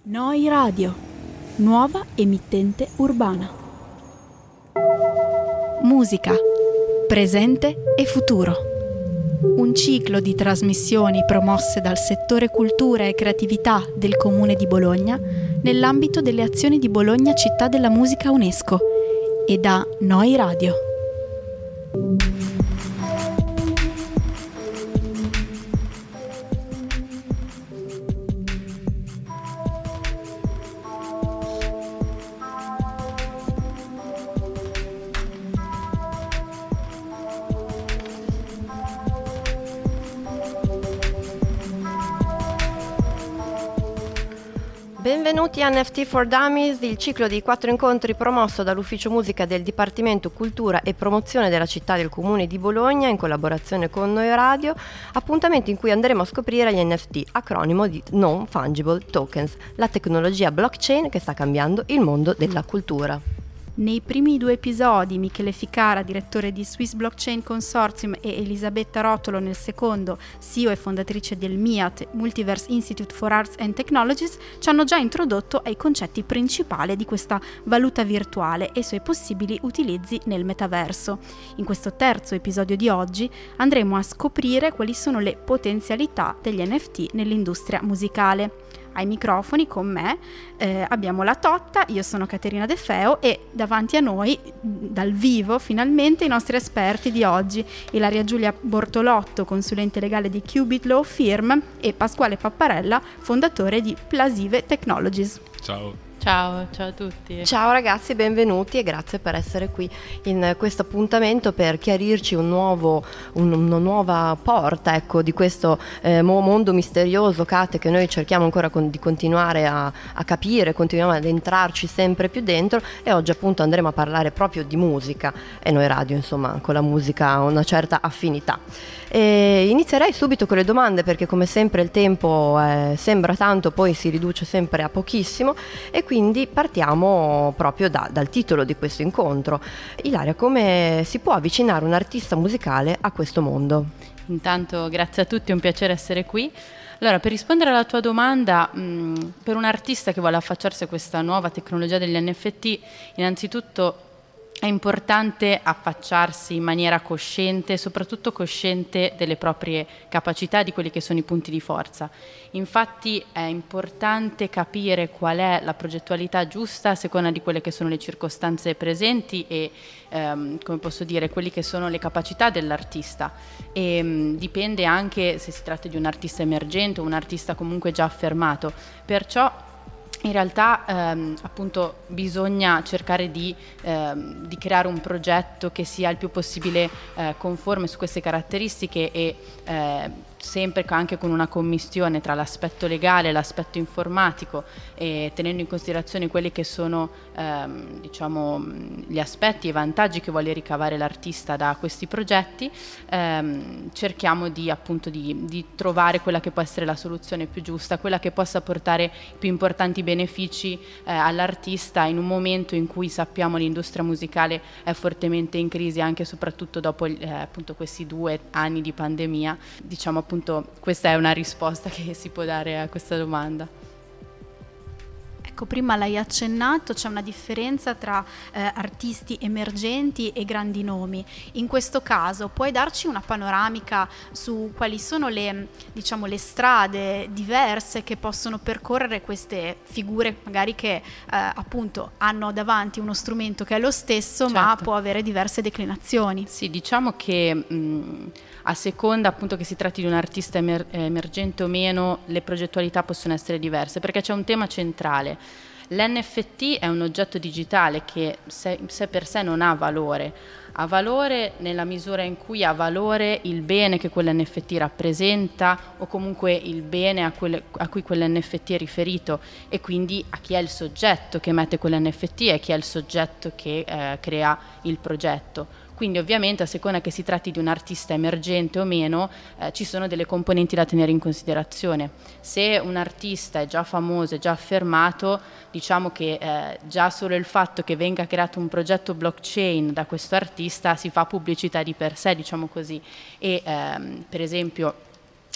Noi Radio, nuova emittente urbana. Musica, presente e futuro. Un ciclo di trasmissioni promosse dal settore cultura e creatività del Comune di Bologna nell'ambito delle azioni di Bologna Città della Musica UNESCO e da Noi Radio. Benvenuti a NFT for Dummies, il ciclo di 4 incontri promosso dall'Ufficio Musica del Dipartimento Cultura e Promozione della Città del Comune di Bologna in collaborazione con Noi Radio, appuntamento in cui andremo a scoprire gli NFT, acronimo di Non Fungible Tokens, la tecnologia blockchain che sta cambiando il mondo della cultura. Nei primi 2 episodi Michele Ficara, direttore di Swiss Blockchain Consortium, e Elisabetta Rotolo nel secondo, CEO e fondatrice del MIAT, Multiverse Institute for Arts and Technologies, ci hanno già introdotto ai concetti principali di questa valuta virtuale e i suoi possibili utilizzi nel metaverso. In questo terzo episodio di oggi andremo a scoprire quali sono le potenzialità degli NFT nell'industria musicale. Ai microfoni con me abbiamo la Totta, io sono Caterina De Feo e davanti a noi, dal vivo finalmente, i nostri esperti di oggi, Ilaria Giulia Bortolotto, consulente legale di Qubit Law Firm, e Pasquale Papparella, fondatore di Plasive Technologies. Ciao. Ciao a tutti. Ciao ragazzi, benvenuti e grazie per essere qui in questo appuntamento per chiarirci una nuova porta, di questo mondo misterioso, Kate, che noi cerchiamo ancora di continuare a capire, continuiamo ad entrarci sempre più dentro, e oggi appunto andremo a parlare proprio di musica, e Noi Radio insomma con la musica ha una certa affinità. E inizierei subito con le domande, perché come sempre il tempo sembra tanto, poi si riduce sempre a pochissimo, e quindi partiamo proprio dal titolo di questo incontro. Ilaria, come si può avvicinare un artista musicale a questo mondo? Intanto grazie a tutti, è un piacere essere qui. Allora, per rispondere alla tua domanda, per un artista che vuole affacciarsi a questa nuova tecnologia degli NFT, innanzitutto è importante affacciarsi in maniera cosciente, soprattutto cosciente delle proprie capacità e di quelli che sono i punti di forza. Infatti è importante capire qual è la progettualità giusta a seconda di quelle che sono le circostanze presenti e, come posso dire, quelle che sono le capacità dell'artista. E dipende anche se si tratta di un artista emergente o un artista comunque già affermato. Perciò in realtà appunto bisogna cercare di creare un progetto che sia il più possibile conforme su queste caratteristiche e sempre anche con una commistione tra l'aspetto legale e l'aspetto informatico, e tenendo in considerazione quelli che sono diciamo gli aspetti e i vantaggi che vuole ricavare l'artista da questi progetti. Cerchiamo di trovare quella che può essere la soluzione più giusta, quella che possa portare i più importanti benefici all'artista in un momento in cui sappiamo l'industria musicale è fortemente in crisi, anche e soprattutto dopo appunto questi 2 anni di pandemia. Diciamo appunto questa è una risposta che si può dare a questa domanda. Ecco, prima l'hai accennato, c'è una differenza tra artisti emergenti e grandi nomi. In questo caso puoi darci una panoramica su quali sono le strade diverse che possono percorrere queste figure, magari che appunto hanno davanti uno strumento che è lo stesso, certo, ma può avere diverse declinazioni? Sì, diciamo che a seconda appunto che si tratti di un artista emergente o meno, le progettualità possono essere diverse, perché c'è un tema centrale. L'NFT è un oggetto digitale che sé per sé non ha valore. Ha valore nella misura in cui ha valore il bene che quell'NFT rappresenta, o comunque il bene a cui quell'NFT è riferito, e quindi a chi è il soggetto che emette quell'NFT e chi è il soggetto che crea il progetto. Quindi ovviamente a seconda che si tratti di un artista emergente o meno ci sono delle componenti da tenere in considerazione. Se un artista è già famoso, è già affermato, diciamo che già solo il fatto che venga creato un progetto blockchain da questo artista si fa pubblicità di per sé, diciamo così, e per esempio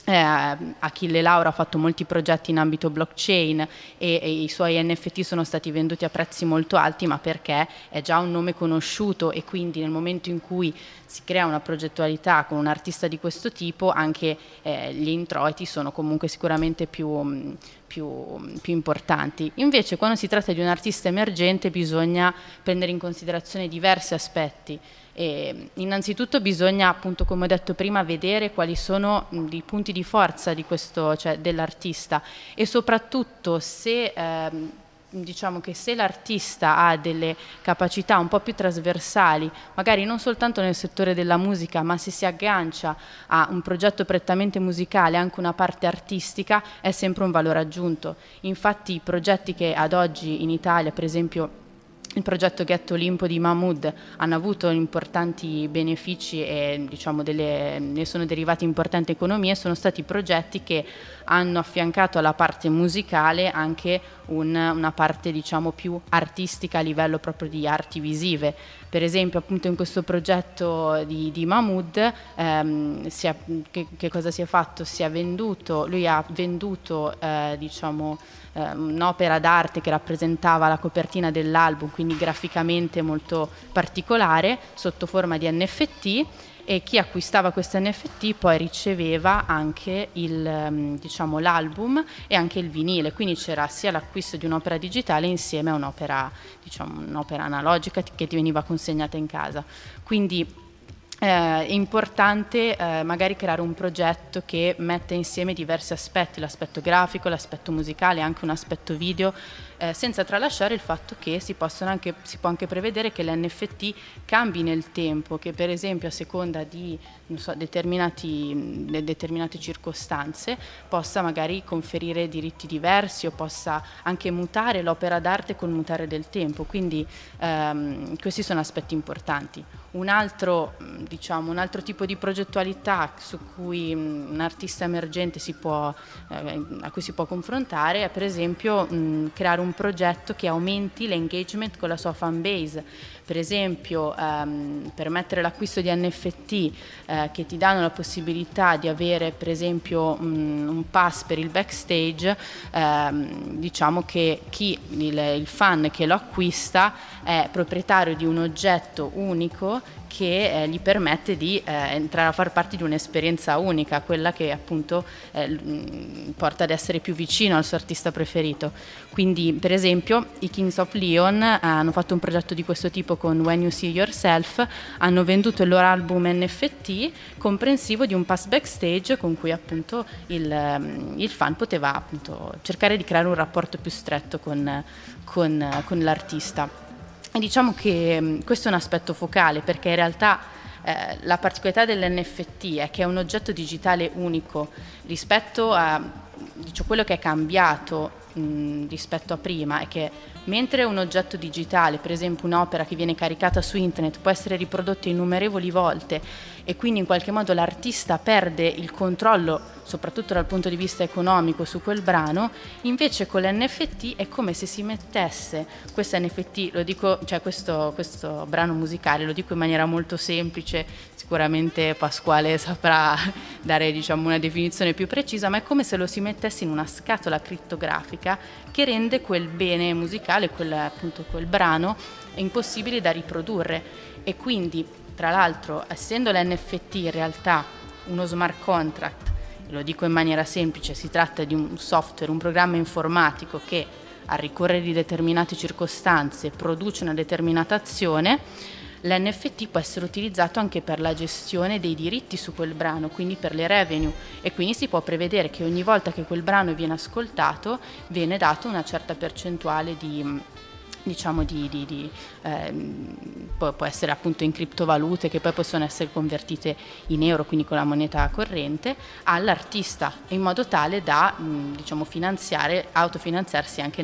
Achille Lauro ha fatto molti progetti in ambito blockchain e i suoi NFT sono stati venduti a prezzi molto alti, ma perché è già un nome conosciuto, e quindi nel momento in cui si crea una progettualità con un artista di questo tipo, anche gli introiti sono comunque sicuramente più importanti. Invece quando si tratta di un artista emergente bisogna prendere in considerazione diversi aspetti. Innanzitutto bisogna, appunto, come ho detto prima, vedere quali sono i punti di forza di questo, cioè dell'artista, e soprattutto se diciamo che se l'artista ha delle capacità un po' più trasversali, magari non soltanto nel settore della musica, ma se si aggancia a un progetto prettamente musicale, anche una parte artistica, è sempre un valore aggiunto. Infatti i progetti che ad oggi in Italia, per esempio il progetto Ghetto Olimpo di Mahmood, hanno avuto importanti benefici e diciamo ne sono derivati importanti economie, sono stati progetti che hanno affiancato alla parte musicale anche una parte diciamo più artistica a livello proprio di arti visive. Per esempio appunto in questo progetto di Mahmood che cosa si è fatto? Lui ha venduto diciamo un'opera d'arte che rappresentava la copertina dell'album, quindi graficamente molto particolare, sotto forma di NFT, e chi acquistava questo NFT poi riceveva anche diciamo, l'album e anche il vinile, quindi c'era sia l'acquisto di un'opera digitale insieme a un'opera, diciamo, un'opera analogica che ti veniva consegnata in casa. Quindi è importante magari creare un progetto che metta insieme diversi aspetti, l'aspetto grafico, l'aspetto musicale, anche un aspetto video, senza tralasciare il fatto che si può anche prevedere che l'NFT cambi nel tempo, che per esempio a seconda di determinate circostanze possa magari conferire diritti diversi o possa anche mutare l'opera d'arte col mutare del tempo, quindi questi sono aspetti importanti. Un altro tipo di progettualità su cui un artista emergente a cui si può confrontare è per esempio creare un progetto che aumenti l'engagement con la sua fan base. Per esempio permettere l'acquisto di NFT che ti danno la possibilità di avere per esempio un pass per il backstage, diciamo che il fan che lo acquista è proprietario di un oggetto unico che gli permette di entrare a far parte di un'esperienza unica, quella che appunto porta ad essere più vicino al suo artista preferito. Quindi per esempio i Kings of Leon hanno fatto un progetto di questo tipo con When You See Yourself, hanno venduto il loro album NFT comprensivo di un pass backstage con cui appunto il fan poteva appunto cercare di creare un rapporto più stretto con l'artista. E diciamo che questo è un aspetto focale, perché in realtà la particolarità dell'NFT è che è un oggetto digitale unico rispetto a quello che è cambiato rispetto a prima, è che mentre un oggetto digitale, per esempio un'opera che viene caricata su internet, può essere riprodotta innumerevoli volte e quindi in qualche modo l'artista perde il controllo, soprattutto dal punto di vista economico, su quel brano, invece con l'NFT è come se si mettesse questo NFT, lo dico, cioè questo brano musicale, lo dico in maniera molto semplice, sicuramente Pasquale saprà dare diciamo una definizione più precisa, ma è come se lo si mettesse in una scatola crittografica che rende quel bene musicale, quel brano impossibile da riprodurre. E quindi tra l'altro, essendo l'NFT in realtà uno smart contract, lo dico in maniera semplice, si tratta di un software, un programma informatico che a ricorrere di determinate circostanze produce una determinata azione, l'NFT può essere utilizzato anche per la gestione dei diritti su quel brano, quindi per le revenue, e quindi si può prevedere che ogni volta che quel brano viene ascoltato viene dato una certa percentuale può essere appunto in criptovalute che poi possono essere convertite in euro, quindi con la moneta corrente, all'artista, in modo tale da autofinanziarsi anche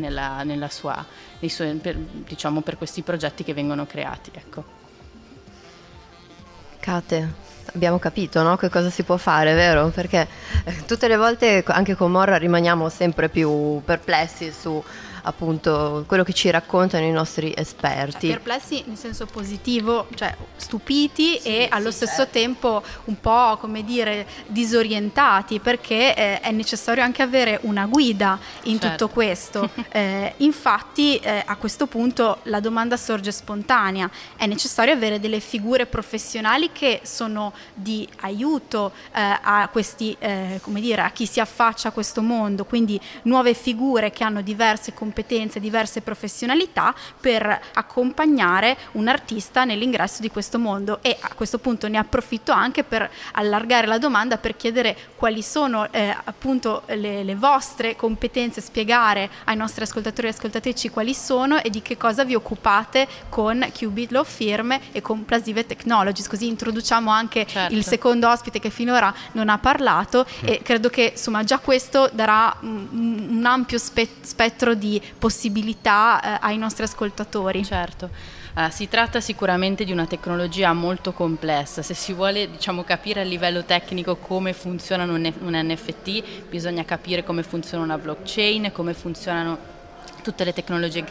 per questi progetti che vengono creati, ecco. Kate, abbiamo capito, no? Che cosa si può fare, vero? Perché tutte le volte anche con Morra rimaniamo sempre più perplessi su appunto quello che ci raccontano i nostri esperti. Perplessi in senso positivo, cioè stupiti e allo stesso tempo un po', come dire, disorientati, perché è necessario anche avere una guida in tutto questo. Infatti a questo punto la domanda sorge spontanea: è necessario avere delle figure professionali che sono di aiuto a questi, come dire, a chi si affaccia a questo mondo, quindi nuove figure che hanno diverse competenze, diverse professionalità per accompagnare un artista nell'ingresso di questo mondo. E a questo punto ne approfitto anche per allargare la domanda, per chiedere quali sono appunto le vostre competenze, spiegare ai nostri ascoltatori e ascoltatrici quali sono e di che cosa vi occupate con Qubit Law Firm e con Plasive Technologies, così introduciamo anche il secondo ospite che finora non ha parlato e credo che insomma già questo darà un ampio spettro di possibilità ai nostri ascoltatori. Certo. Si tratta sicuramente di una tecnologia molto complessa. Se si vuole, diciamo, capire a livello tecnico come funziona un NFT, bisogna capire come funziona una blockchain, come funzionano tutte le tecnologie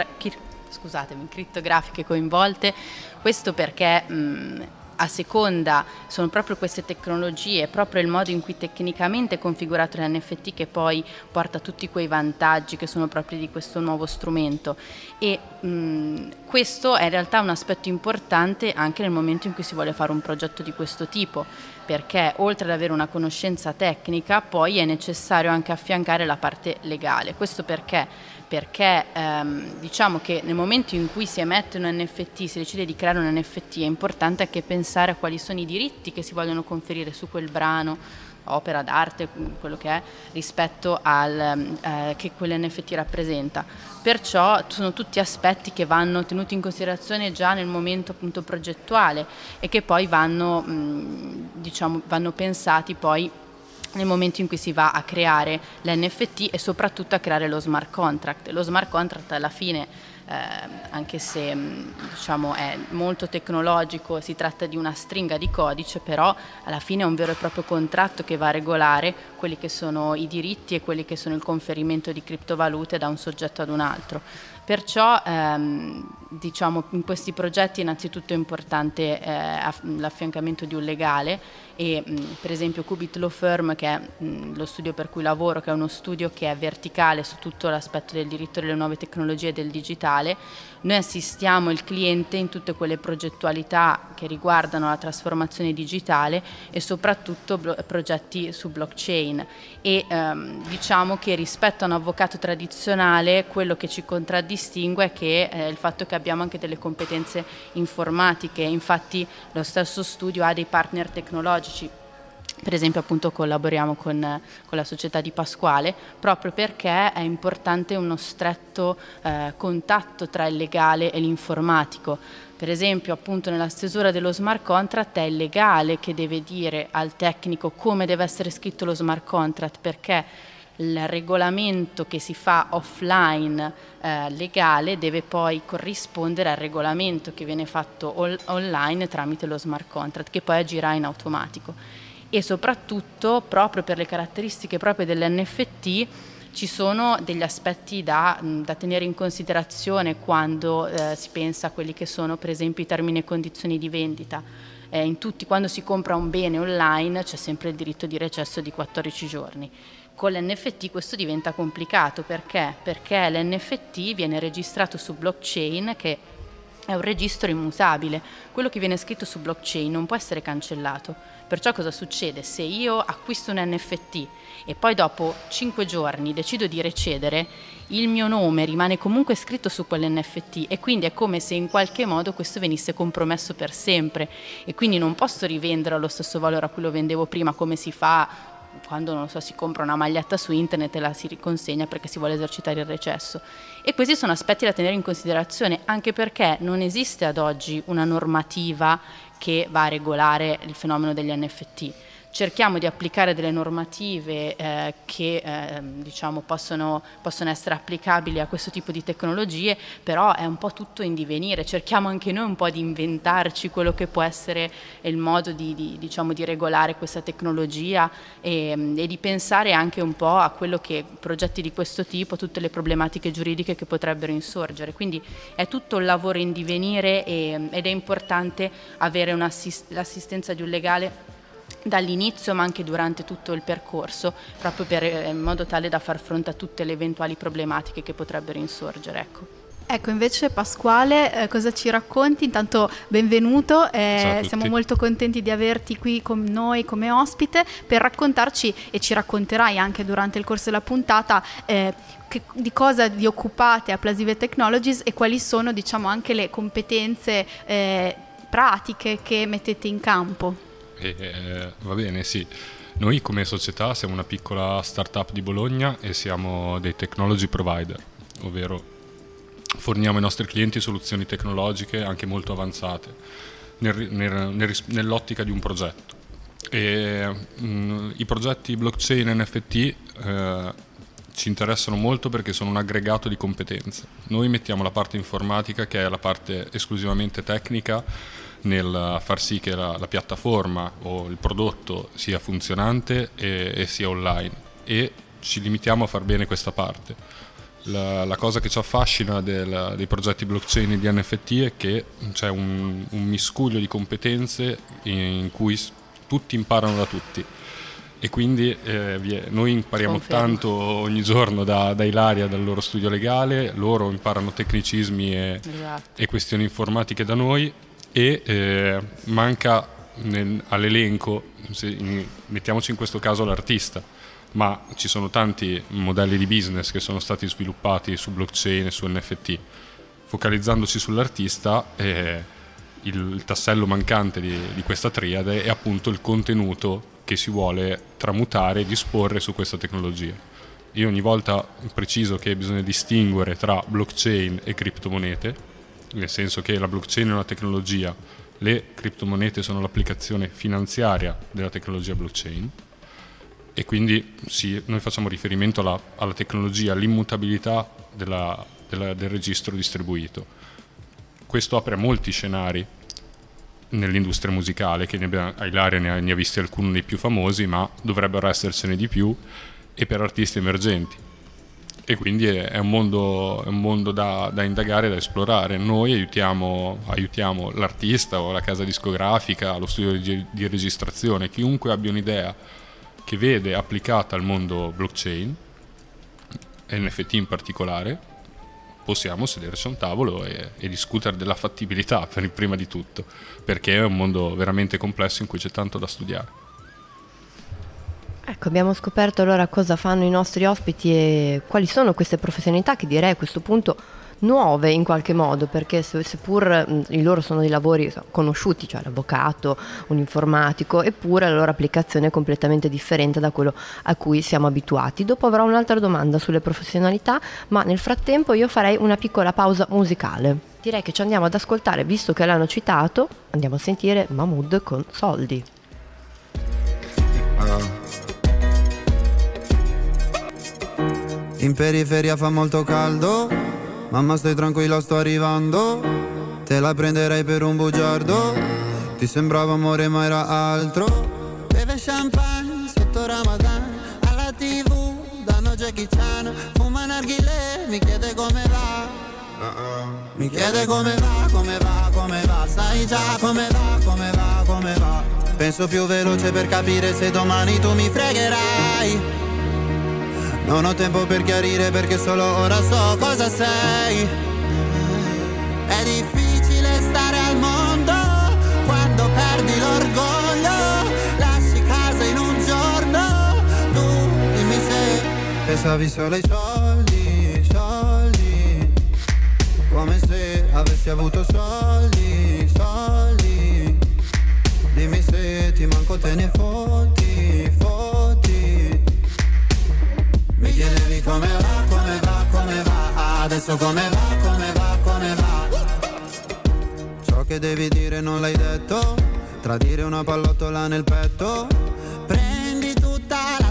crittografiche coinvolte. Questo perché a seconda sono proprio queste tecnologie, proprio il modo in cui tecnicamente è configurato l'NFT che poi porta tutti quei vantaggi che sono propri di questo nuovo strumento. E questo è in realtà un aspetto importante anche nel momento in cui si vuole fare un progetto di questo tipo, perché oltre ad avere una conoscenza tecnica poi è necessario anche affiancare la parte legale. Questo perché diciamo che nel momento in cui si emette un NFT, si decide di creare un NFT, è importante anche pensare a quali sono i diritti che si vogliono conferire su quel brano, opera d'arte, quello che è, rispetto al che quell'NFT rappresenta. Perciò sono tutti aspetti che vanno tenuti in considerazione già nel momento appunto progettuale e che poi vanno pensati poi nel momento in cui si va a creare l'NFT e soprattutto a creare lo smart contract. Lo smart contract alla fine, anche se diciamo è molto tecnologico, si tratta di una stringa di codice, però alla fine è un vero e proprio contratto che va a regolare quelli che sono i diritti e quelli che sono il conferimento di criptovalute da un soggetto ad un altro. Perciò diciamo in questi progetti innanzitutto è importante l'affiancamento di un legale e per esempio Qubit Law Firm, che è lo studio per cui lavoro, che è uno studio che è verticale su tutto l'aspetto del diritto delle nuove tecnologie e del digitale, noi assistiamo il cliente in tutte quelle progettualità che riguardano la trasformazione digitale e soprattutto progetti su blockchain e diciamo che rispetto a un avvocato tradizionale quello che ci contraddistingue è che il fatto che abbiamo anche delle competenze informatiche. Infatti lo stesso studio ha dei partner tecnologici. Per esempio appunto collaboriamo con la società di Pasquale proprio perché è importante uno stretto contatto tra il legale e l'informatico. Per esempio appunto nella stesura dello smart contract è il legale che deve dire al tecnico come deve essere scritto lo smart contract, perché il regolamento che si fa offline legale deve poi corrispondere al regolamento che viene fatto online tramite lo smart contract, che poi agirà in automatico. E soprattutto proprio per le caratteristiche proprie dell'NFT ci sono degli aspetti da tenere in considerazione quando si pensa a quelli che sono per esempio i termini e condizioni di vendita. Quando si compra un bene online c'è sempre il diritto di recesso di 14 giorni. Con l'NFT questo diventa complicato perché l'NFT viene registrato su blockchain, che è un registro immutabile. Quello che viene scritto su blockchain non può essere cancellato. Perciò cosa succede? Se io acquisto un NFT e poi dopo 5 giorni decido di recedere, il mio nome rimane comunque scritto su quell'NFT e quindi è come se in qualche modo questo venisse compromesso per sempre e quindi non posso rivendere allo stesso valore a cui lo vendevo prima, come si fa quando, non so, si compra una maglietta su internet e la si riconsegna perché si vuole esercitare il recesso. E questi sono aspetti da tenere in considerazione, anche perché non esiste ad oggi una normativa che va a regolare il fenomeno degli NFT. cerchiamo di applicare delle normative che diciamo possono essere applicabili a questo tipo di tecnologie, però è un po' tutto in divenire, cerchiamo anche noi un po' di inventarci quello che può essere il modo diciamo, di regolare questa tecnologia e di pensare anche un po' a quello che progetti di questo tipo, tutte le problematiche giuridiche che potrebbero insorgere, quindi è tutto un lavoro in divenire ed è importante avere l'assistenza di un legale dall'inizio ma anche durante tutto il percorso, proprio in modo tale da far fronte a tutte le eventuali problematiche che potrebbero insorgere. Ecco, invece Pasquale, cosa ci racconti? Intanto benvenuto, siamo molto contenti di averti qui con noi come ospite per raccontarci, e ci racconterai anche durante il corso della puntata, di cosa vi occupate a Plasive Technologies e quali sono, diciamo, anche le competenze pratiche che mettete in campo. Va bene, sì. Noi come società siamo una piccola startup di Bologna e siamo dei technology provider, ovvero forniamo ai nostri clienti soluzioni tecnologiche anche molto avanzate nell'ottica di un progetto. I progetti blockchain e NFT ci interessano molto perché sono un aggregato di competenze. Noi mettiamo la parte informatica, che è la parte esclusivamente tecnica, nel far sì che la piattaforma o il prodotto sia funzionante e sia online, e ci limitiamo a far bene questa parte. La cosa che ci affascina dei progetti blockchain e di NFT è che c'è un miscuglio di competenze in cui tutti imparano da tutti, e quindi noi impariamo tanto ogni giorno da Ilaria, dal loro studio legale, loro imparano tecnicismi e questioni informatiche da noi, e manca all'elenco, mettiamoci in questo caso l'artista, ma ci sono tanti modelli di business che sono stati sviluppati su blockchain e su NFT. Focalizzandoci sull'artista, il tassello mancante di questa triade è appunto il contenuto che si vuole tramutare e disporre su questa tecnologia. Io ogni volta preciso che bisogna distinguere tra blockchain e criptomonete, nel senso che la blockchain è una tecnologia, le criptomonete sono l'applicazione finanziaria della tecnologia blockchain, e quindi noi facciamo riferimento alla tecnologia, all'immutabilità del registro distribuito. Questo apre a molti scenari nell'industria musicale, che Ilaria ne ha visti alcuni dei più famosi, ma dovrebbero essercene di più, e per artisti emergenti. E quindi è un mondo da indagare, da esplorare. Noi aiutiamo l'artista o la casa discografica, lo studio di registrazione, chiunque abbia un'idea che vede applicata al mondo blockchain, NFT in particolare, possiamo sederci a un tavolo e discutere della fattibilità prima di tutto, perché è un mondo veramente complesso in cui c'è tanto da studiare. Ecco, abbiamo scoperto allora cosa fanno i nostri ospiti e quali sono queste professionalità, che direi a questo punto nuove in qualche modo, perché seppur i loro sono dei lavori conosciuti, cioè l'avvocato, un informatico, eppure la loro applicazione è completamente differente da quello a cui siamo abituati. Dopo avrò un'altra domanda sulle professionalità, ma nel frattempo io farei una piccola pausa musicale. Direi che ci andiamo ad ascoltare, visto che l'hanno citato, andiamo a sentire Mahmood con Soldi. In periferia fa molto caldo, mamma stai tranquilla, sto arrivando. Te la prenderei per un bugiardo, ti sembrava amore ma era altro. Beve champagne sotto Ramadan, alla TV danno Jackie Chan. Fuma narghile, mi chiede come va, mi chiede come va, come va, come va. Sai già come va, come va, come va. Penso più veloce per capire se domani tu mi fregherai. Non ho tempo per chiarire perché solo ora so cosa sei. È difficile stare al mondo quando perdi l'orgoglio. Lasci casa in un giorno, tu dimmi se pensavi solo ai soldi, soldi. Come se avessi avuto soldi, soldi. Dimmi se ti manco, te ne fotti, fotti. Mi chiedevi come va, come va, come va. Adesso come va, come va, come va. Ciò che devi dire non l'hai detto. Tradire una pallottola nel petto.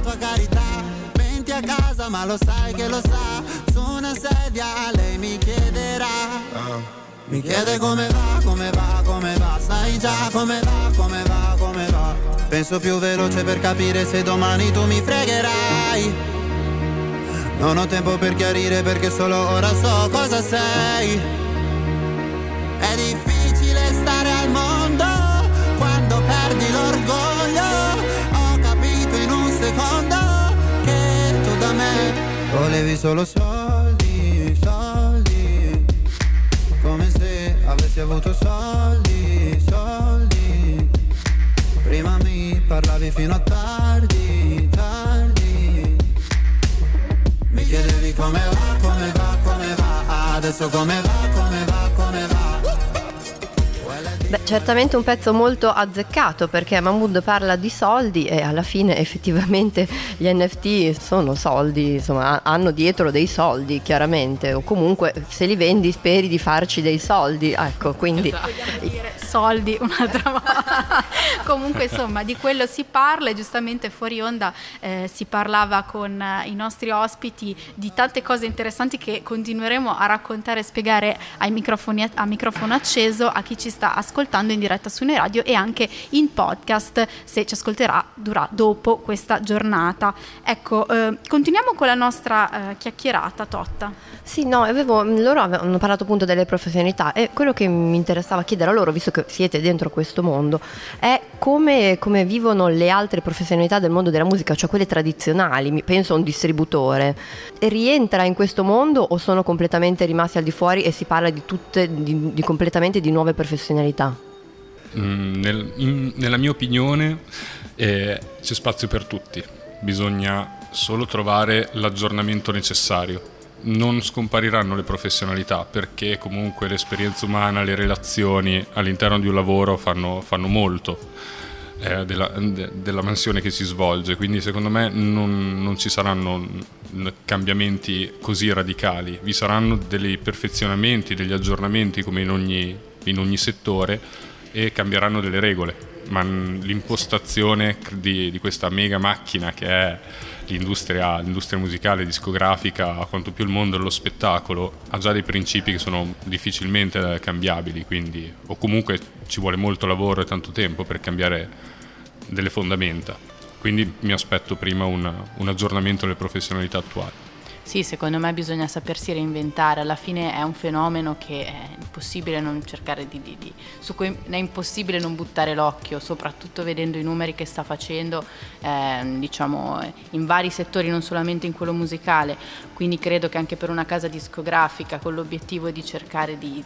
tua carità. Menti a casa ma lo sai che lo sa. Su una sedia lei mi chiederà. Mi chiede come va, come va, come va. Sai già come va, come va, come va. Penso più veloce per capire se domani tu mi fregherai. Non ho tempo per chiarire perché solo ora so cosa sei. È difficile stare al mondo quando perdi l'orgoglio. Ho capito in un secondo che tu da me volevi solo soldi, soldi. Come se avessi avuto soldi, soldi. Prima mi parlavi fino a tardi, tardi. Mi chiedevi come va, come va, come va. Adesso come va, come va, come va. Beh, certamente un pezzo molto azzeccato, perché Mahmood parla di soldi e alla fine effettivamente gli NFT sono soldi, insomma hanno dietro dei soldi chiaramente, o comunque se li vendi speri di farci dei soldi, ecco, quindi vogliamo dire soldi un'altra volta. Comunque insomma di quello si parla, e giustamente fuori onda si parlava con i nostri ospiti di tante cose interessanti che continueremo a raccontare e spiegare a microfono acceso a chi ci sta ascoltando in diretta su Noi Radio e anche in podcast se ci ascolterà dopo questa giornata. Ecco, continuiamo con la nostra chiacchierata, Totta. Sì, no, loro hanno parlato appunto delle professionalità, e quello che mi interessava chiedere a loro, visto che siete dentro questo mondo, è come vivono le altre professionalità del mondo della musica, cioè quelle tradizionali. Penso a un distributore, rientra in questo mondo o sono completamente rimasti al di fuori e si parla di completamente di nuove professionalità? Nella mia opinione c'è spazio per tutti, bisogna solo trovare l'aggiornamento necessario. Non scompariranno le professionalità, perché comunque l'esperienza umana, le relazioni all'interno di un lavoro fanno molto della mansione che si svolge, quindi secondo me non ci saranno cambiamenti così radicali. Vi saranno dei perfezionamenti, degli aggiornamenti come in ogni settore, e cambieranno delle regole, ma l'impostazione di questa mega macchina che è l'industria musicale, discografica, quanto più il mondo dello spettacolo, ha già dei principi che sono difficilmente cambiabili, quindi, o comunque ci vuole molto lavoro e tanto tempo per cambiare delle fondamenta. Quindi mi aspetto prima un aggiornamento delle professionalità attuali. Sì, secondo me bisogna sapersi reinventare, alla fine è un fenomeno che è impossibile non cercare su cui è impossibile non buttare l'occhio, soprattutto vedendo i numeri che sta facendo diciamo in vari settori, non solamente in quello musicale. Quindi credo che anche per una casa discografica, con l'obiettivo di cercare di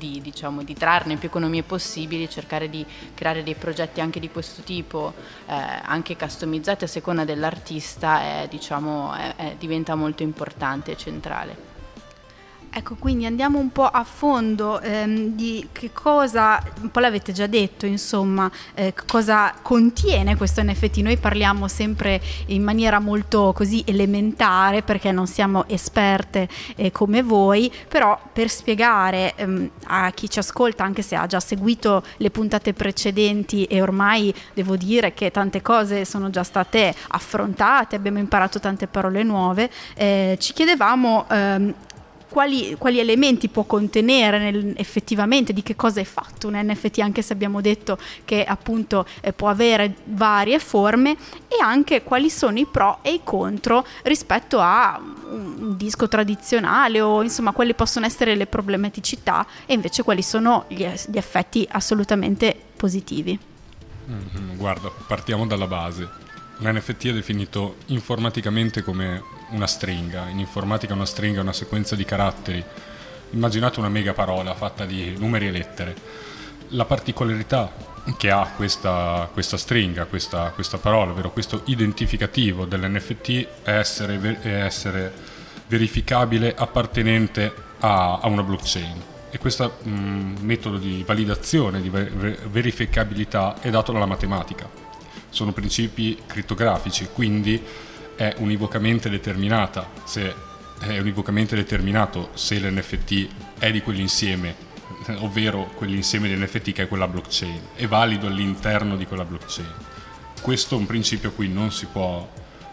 trarne più economie possibili, cercare di creare dei progetti anche di questo tipo, anche customizzati a seconda dell'artista, diventa molto importante e centrale. Ecco, quindi andiamo un po' a fondo di che cosa, un po' l'avete già detto, insomma, cosa contiene questo NFT. Noi parliamo sempre in maniera molto così elementare perché non siamo esperte come voi, però per spiegare a chi ci ascolta, anche se ha già seguito le puntate precedenti, e ormai devo dire che tante cose sono già state affrontate, abbiamo imparato tante parole nuove, ci chiedevamo quali elementi può contenere effettivamente, di che cosa è fatto un NFT, anche se abbiamo detto che appunto può avere varie forme, e anche quali sono i pro e i contro rispetto a un disco tradizionale, o insomma quali possono essere le problematicità e invece quali sono gli effetti assolutamente positivi. Guarda, partiamo dalla base. Un NFT è definito informaticamente come una stringa. In informatica una stringa è una sequenza di caratteri. Immaginate una mega parola fatta di numeri e lettere. La particolarità che ha questa stringa, questa parola, ovvero questo identificativo dell'NFT, è essere verificabile, appartenente a una blockchain. E questo metodo di validazione, di verificabilità è dato dalla matematica. Sono principi crittografici, quindi è univocamente determinata. Se è univocamente determinato se l'NFT è di quell'insieme, ovvero quell'insieme di NFT che è quella blockchain, è valido all'interno di quella blockchain. Questo è un principio a cui non si può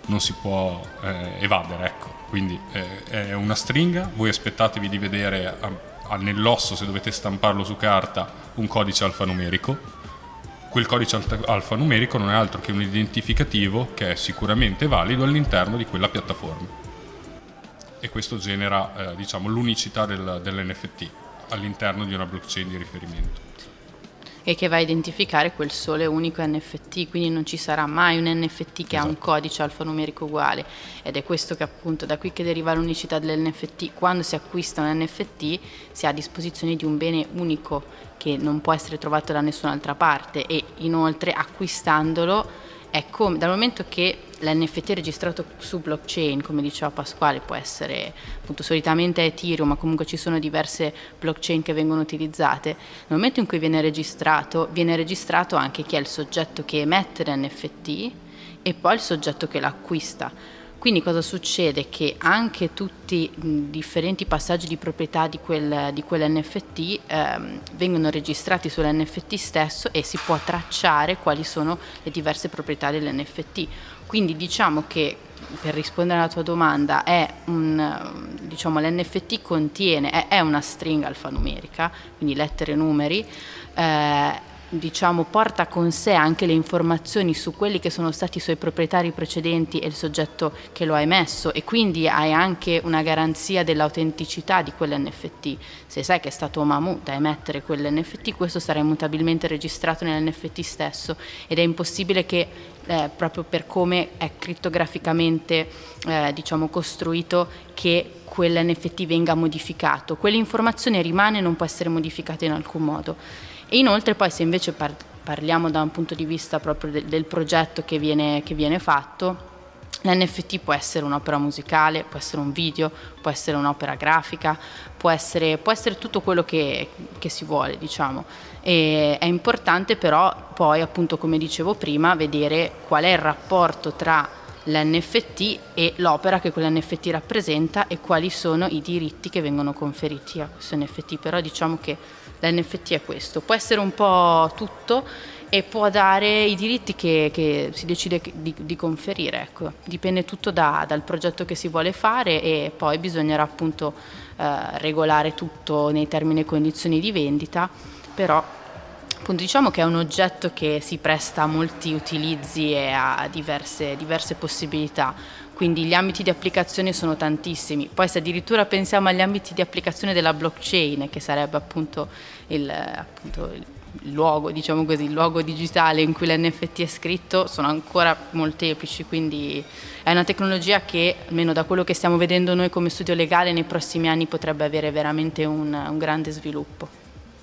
non si può evadere, ecco. Quindi è una stringa, voi aspettatevi di vedere nell'osso, se dovete stamparlo su carta, un codice alfanumerico. Quel codice alfanumerico non è altro che un identificativo che è sicuramente valido all'interno di quella piattaforma, e questo genera diciamo l'unicità dell'NFT all'interno di una blockchain di riferimento. E che va a identificare quel solo e unico NFT, quindi non ci sarà mai un NFT che ha un codice alfanumerico uguale, ed è questo che appunto da qui che deriva l'unicità dell'NFT. Quando si acquista un NFT si ha a disposizione di un bene unico che non può essere trovato da nessun'altra parte, e inoltre acquistandolo è come, dal momento che l'NFT è registrato su blockchain, come diceva Pasquale, può essere appunto solitamente Ethereum, ma comunque ci sono diverse blockchain che vengono utilizzate. Nel momento in cui viene registrato anche chi è il soggetto che emette l'NFT e poi il soggetto che l'acquista. Quindi cosa succede? Che anche tutti i differenti passaggi di proprietà di quell'NFT vengono registrati sull'NFT stesso, e si può tracciare quali sono le diverse proprietà dell'NFT. Quindi diciamo che, per rispondere alla tua domanda, l'NFT contiene, è una stringa alfanumerica, quindi lettere e numeri, porta con sé anche le informazioni su quelli che sono stati i suoi proprietari precedenti e il soggetto che lo ha emesso, e quindi hai anche una garanzia dell'autenticità di quell'NFT. Se sai che è stato Mahmood a emettere quell'NFT, questo sarà immutabilmente registrato nell'NFT stesso, ed è impossibile che proprio per come è crittograficamente costruito, che quell'NFT venga modificato. Quell'informazione rimane e non può essere modificata in alcun modo. E inoltre poi, se invece parliamo da un punto di vista proprio del progetto che viene fatto, l'NFT può essere un'opera musicale, può essere un video, può essere un'opera grafica, può essere tutto quello che si vuole, diciamo. E è importante però poi, appunto, come dicevo prima, vedere qual è il rapporto tra l'NFT e l'opera che quell'NFT rappresenta e quali sono i diritti che vengono conferiti a questo NFT. Però diciamo che l'NFT è questo, può essere un po' tutto e può dare i diritti che si decide di conferire, ecco. Dipende tutto dal progetto che si vuole fare, e poi bisognerà appunto regolare tutto nei termini e condizioni di vendita. Però appunto diciamo che è un oggetto che si presta a molti utilizzi e a diverse possibilità, quindi gli ambiti di applicazione sono tantissimi. Poi se addirittura pensiamo agli ambiti di applicazione della blockchain, che sarebbe appunto il luogo, diciamo così, il luogo digitale in cui l'NFT è scritto, sono ancora molteplici, quindi è una tecnologia che, almeno da quello che stiamo vedendo noi come studio legale, nei prossimi anni potrebbe avere veramente un grande sviluppo.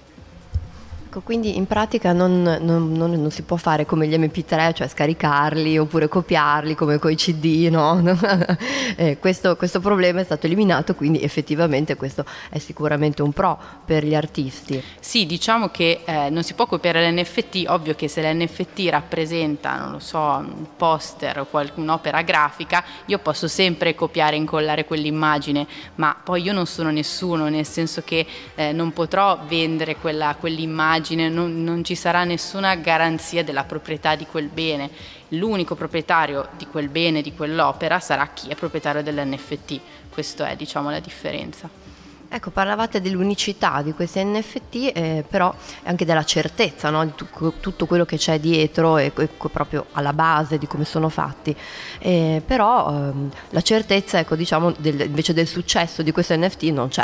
Ecco, quindi in pratica non si può fare come gli MP3, cioè scaricarli oppure copiarli come coi CD, no? Questo problema è stato eliminato, quindi effettivamente questo è sicuramente un pro per gli artisti. Sì, diciamo che non si può copiare l'NFT, ovvio che se l'NFT rappresenta, non lo so, un poster o un'opera grafica, io posso sempre copiare e incollare quell'immagine, ma poi io non sono nessuno, nel senso che non potrò vendere quell'immagine. Non ci sarà nessuna garanzia della proprietà di quel bene. L'unico proprietario di quel bene, di quell'opera, sarà chi è proprietario dell'NFT. Questa è, diciamo, la differenza. Ecco, parlavate dell'unicità di questi NFT, però anche della certezza, no? Di tutto quello che c'è dietro e proprio alla base di come sono fatti. Però la certezza, ecco, diciamo, invece del successo di questo NFT non c'è.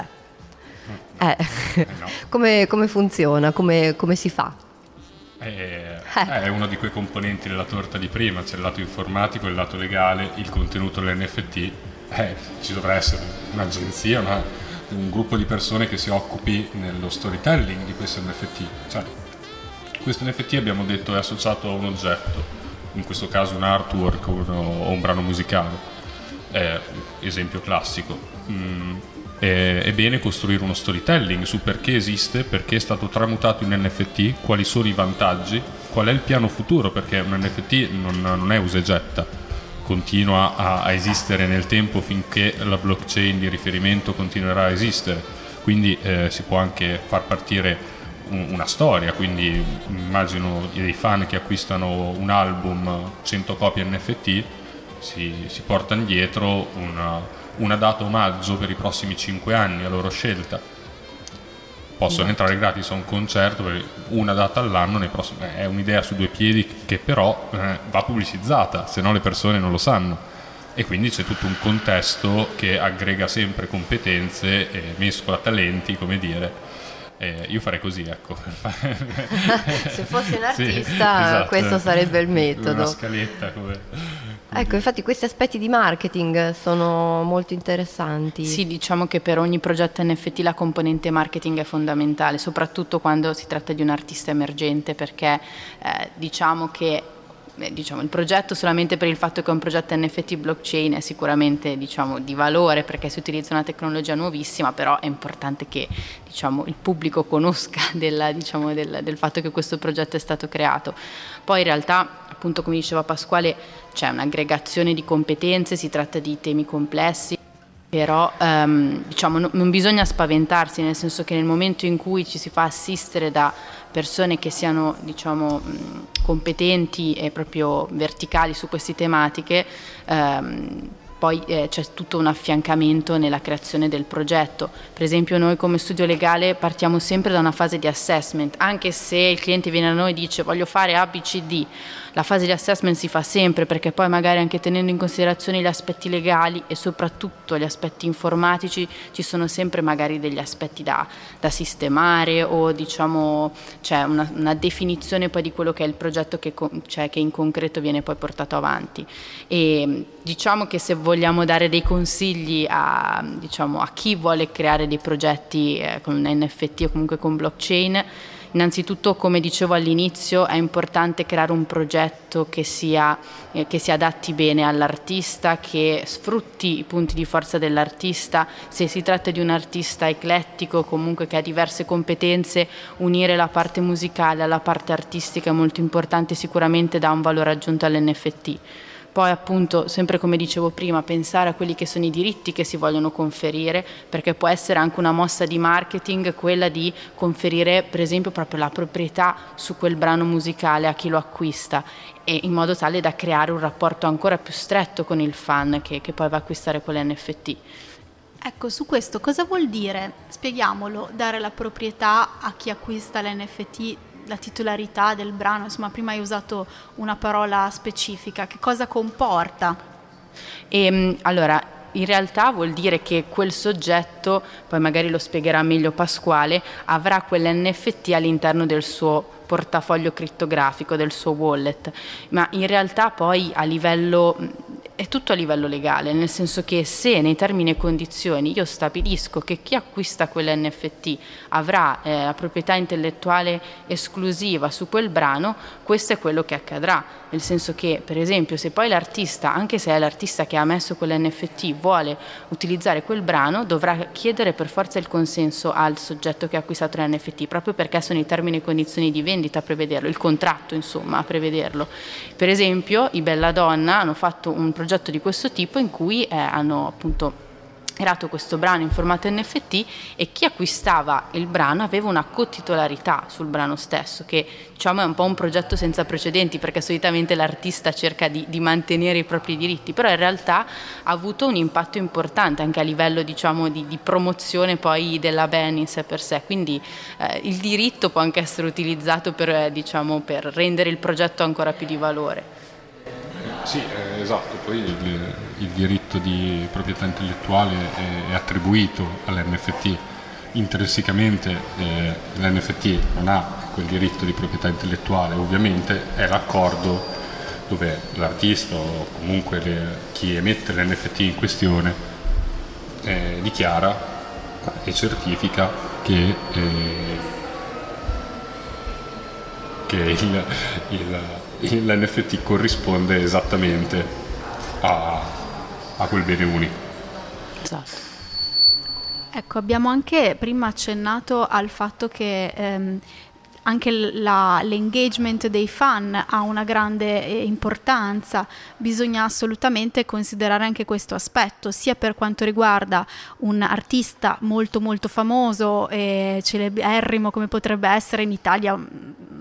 No. Come funziona? Come si fa? È uno di quei componenti della torta di prima, c'è il lato informatico, il lato legale, il contenuto dell'NFT. Ci dovrà essere un'agenzia, un gruppo di persone che si occupi nello storytelling di questo NFT. Cioè, questo NFT, abbiamo detto, è associato a un oggetto, in questo caso un artwork o un brano musicale, esempio classico. È bene costruire uno storytelling su perché esiste, perché è stato tramutato in NFT, quali sono i vantaggi, qual è il piano futuro, perché un NFT non è usa e getta, continua a esistere nel tempo finché la blockchain di riferimento continuerà a esistere, quindi si può anche far partire una storia, quindi immagino dei fan che acquistano un album 100 copie NFT, si portano dietro una data omaggio per i prossimi 5 anni a loro scelta. Possono entrare gratis a un concerto per una data all'anno, è un'idea su due piedi che però va pubblicizzata, se no le persone non lo sanno. E quindi c'è tutto un contesto che aggrega sempre competenze e mescola talenti, come dire. Io farei così, ecco. Se fossi un artista, sì, esatto. Questo sarebbe il metodo. Una scaletta come... Ecco, infatti questi aspetti di marketing sono molto interessanti. Sì, diciamo che per ogni progetto NFT la componente marketing è fondamentale, soprattutto quando si tratta di un artista emergente, perché diciamo che il progetto, solamente per il fatto che è un progetto NFT blockchain, è sicuramente di valore perché si utilizza una tecnologia nuovissima, però è importante che il pubblico conosca del fatto che questo progetto è stato creato. Poi in realtà, appunto, come diceva Pasquale, c'è un'aggregazione di competenze, si tratta di temi complessi, però non bisogna spaventarsi, nel senso che nel momento in cui ci si fa assistere da persone che siano competenti e proprio verticali su queste tematiche, poi c'è tutto un affiancamento nella creazione del progetto. Per esempio noi come studio legale partiamo sempre da una fase di assessment, anche se il cliente viene da noi e dice voglio fare A, B, C, D. La fase di assessment si fa sempre, perché poi magari anche tenendo in considerazione gli aspetti legali e soprattutto gli aspetti informatici ci sono sempre magari degli aspetti da sistemare, o c'è una definizione poi di quello che è il progetto che in concreto viene poi portato avanti. E diciamo che se vogliamo dare dei consigli a chi vuole creare dei progetti con NFT o comunque con blockchain, innanzitutto, come dicevo all'inizio, è importante creare un progetto che si adatti bene all'artista, che sfrutti i punti di forza dell'artista. Se si tratta di un artista eclettico, comunque che ha diverse competenze, unire la parte musicale alla parte artistica è molto importante, sicuramente dà un valore aggiunto all'NFT. Poi appunto, sempre come dicevo prima, pensare a quelli che sono i diritti che si vogliono conferire, perché può essere anche una mossa di marketing quella di conferire per esempio proprio la proprietà su quel brano musicale a chi lo acquista, e in modo tale da creare un rapporto ancora più stretto con il fan che poi va a acquistare quell'NFT. Ecco, su questo cosa vuol dire? Spieghiamolo, dare la proprietà a chi acquista l'NFT, la titolarità del brano. Insomma, prima hai usato una parola specifica, che cosa comporta? Allora, in realtà vuol dire che quel soggetto, poi magari lo spiegherà meglio Pasquale, avrà quell'NFT all'interno del suo portafoglio crittografico, del suo wallet, ma in realtà poi è tutto a livello legale, nel senso che se nei termini e condizioni io stabilisco che chi acquista quell'NFT avrà la proprietà intellettuale esclusiva su quel brano, questo è quello che accadrà, nel senso che per esempio se poi l'artista, anche se è l'artista che ha messo quell'NFT, vuole utilizzare quel brano, dovrà chiedere per forza il consenso al soggetto che ha acquistato l'NFT, proprio perché sono i termini e condizioni di vendita a prevederlo, il contratto insomma a prevederlo. Per esempio i Belladonna hanno fatto un progetto di questo tipo in cui hanno appunto creato questo brano in formato NFT, e chi acquistava il brano aveva una cotitolarità sul brano stesso, che è un po' un progetto senza precedenti, perché solitamente l'artista cerca di mantenere i propri diritti, però in realtà ha avuto un impatto importante anche a livello di promozione poi della band in sé per sé, quindi il diritto può anche essere utilizzato per rendere il progetto ancora più di valore. Sì, esatto, poi il diritto di proprietà intellettuale è attribuito all'NFT. Intrinsecamente l'NFT non ha quel diritto di proprietà intellettuale, ovviamente è l'accordo dove l'artista o comunque chi emette l'NFT in questione dichiara e certifica che l'NFT corrisponde esattamente a quel bene unico. Esatto. Ecco, abbiamo anche prima accennato al fatto che anche l'engagement dei fan ha una grande importanza. Bisogna assolutamente considerare anche questo aspetto, sia per quanto riguarda un artista molto molto famoso e celeberrimo come potrebbe essere in Italia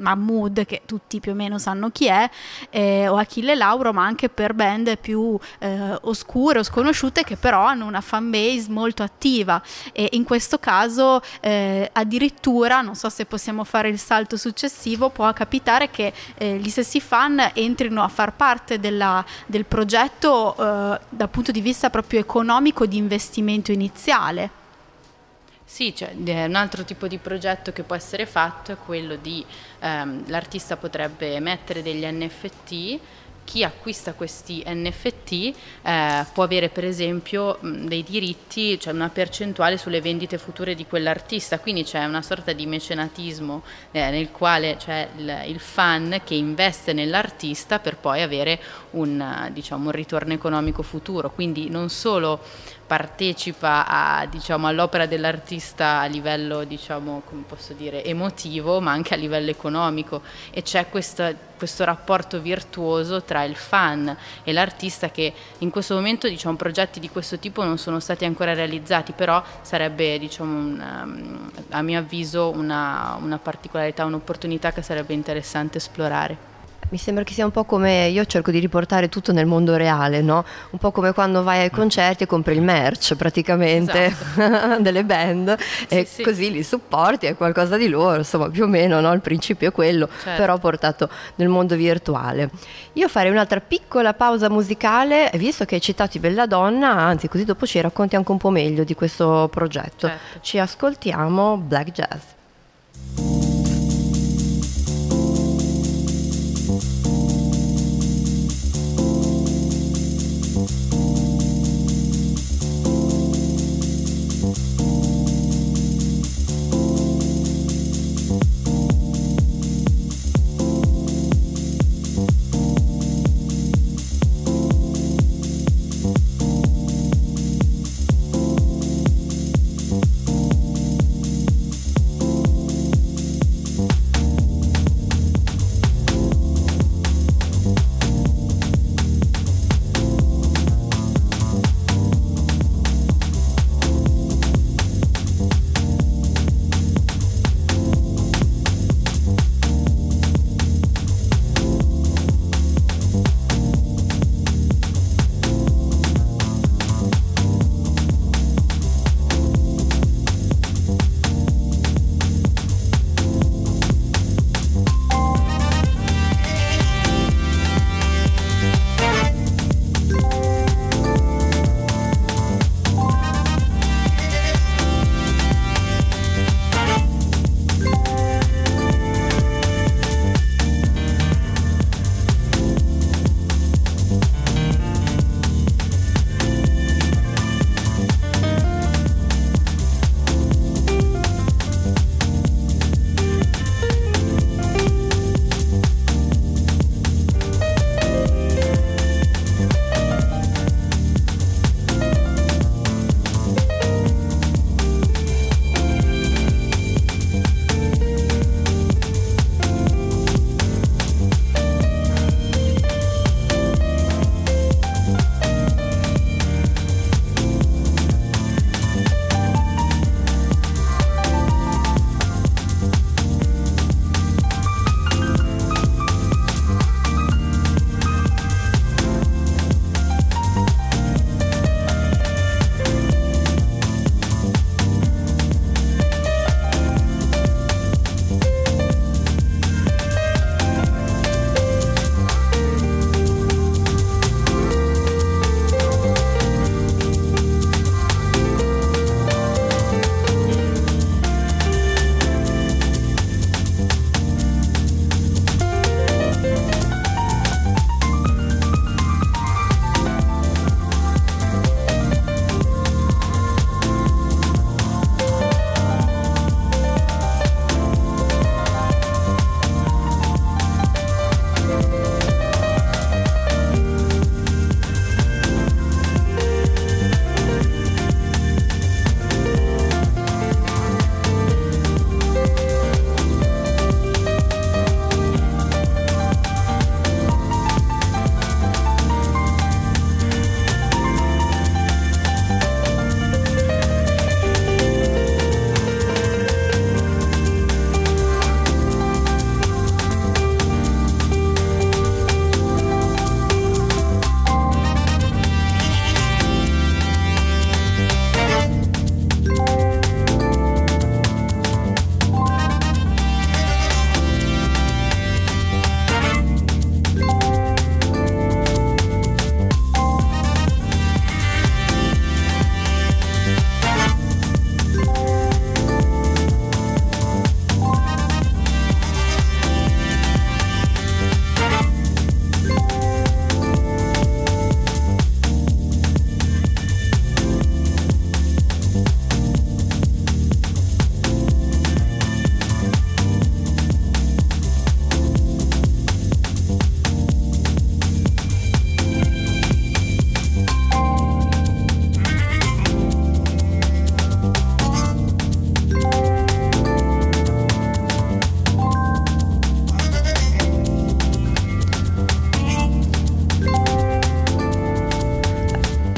Mahmood, che tutti più o meno sanno chi è, o Achille Lauro, ma anche per band più oscure o sconosciute che però hanno una fan base molto attiva, e in questo caso addirittura, non so se possiamo fare il salto successivo, può capitare che gli stessi fan entrino a far parte del progetto dal punto di vista proprio economico di investimento iniziale. Sì, cioè, un altro tipo di progetto che può essere fatto è quello di l'artista potrebbe emettere degli NFT. Chi acquista questi NFT può avere per esempio dei diritti, cioè una percentuale sulle vendite future di quell'artista, quindi c'è una sorta di mecenatismo nel quale c'è il fan che investe nell'artista per poi avere un ritorno economico futuro, quindi non solo partecipa all'opera dell'artista a livello, come posso dire, emotivo, ma anche a livello economico, e c'è questo rapporto virtuoso tra il fan e l'artista che in questo momento progetti di questo tipo non sono stati ancora realizzati, però sarebbe a mio avviso una particolarità, un'opportunità che sarebbe interessante esplorare. Mi sembra che sia un po' come, io cerco di riportare tutto nel mondo reale, no? Un po' come quando vai ai concerti e compri il merch praticamente, esatto. delle band, e sì. Così li supporti, è qualcosa di loro, insomma più o meno, no? Il principio è quello, certo. Però portato nel mondo virtuale. Io farei un'altra piccola pausa musicale, visto che hai citato i Belladonna, anzi così dopo ci racconti anche un po' meglio di questo progetto. Certo. Ci ascoltiamo Black Jazz.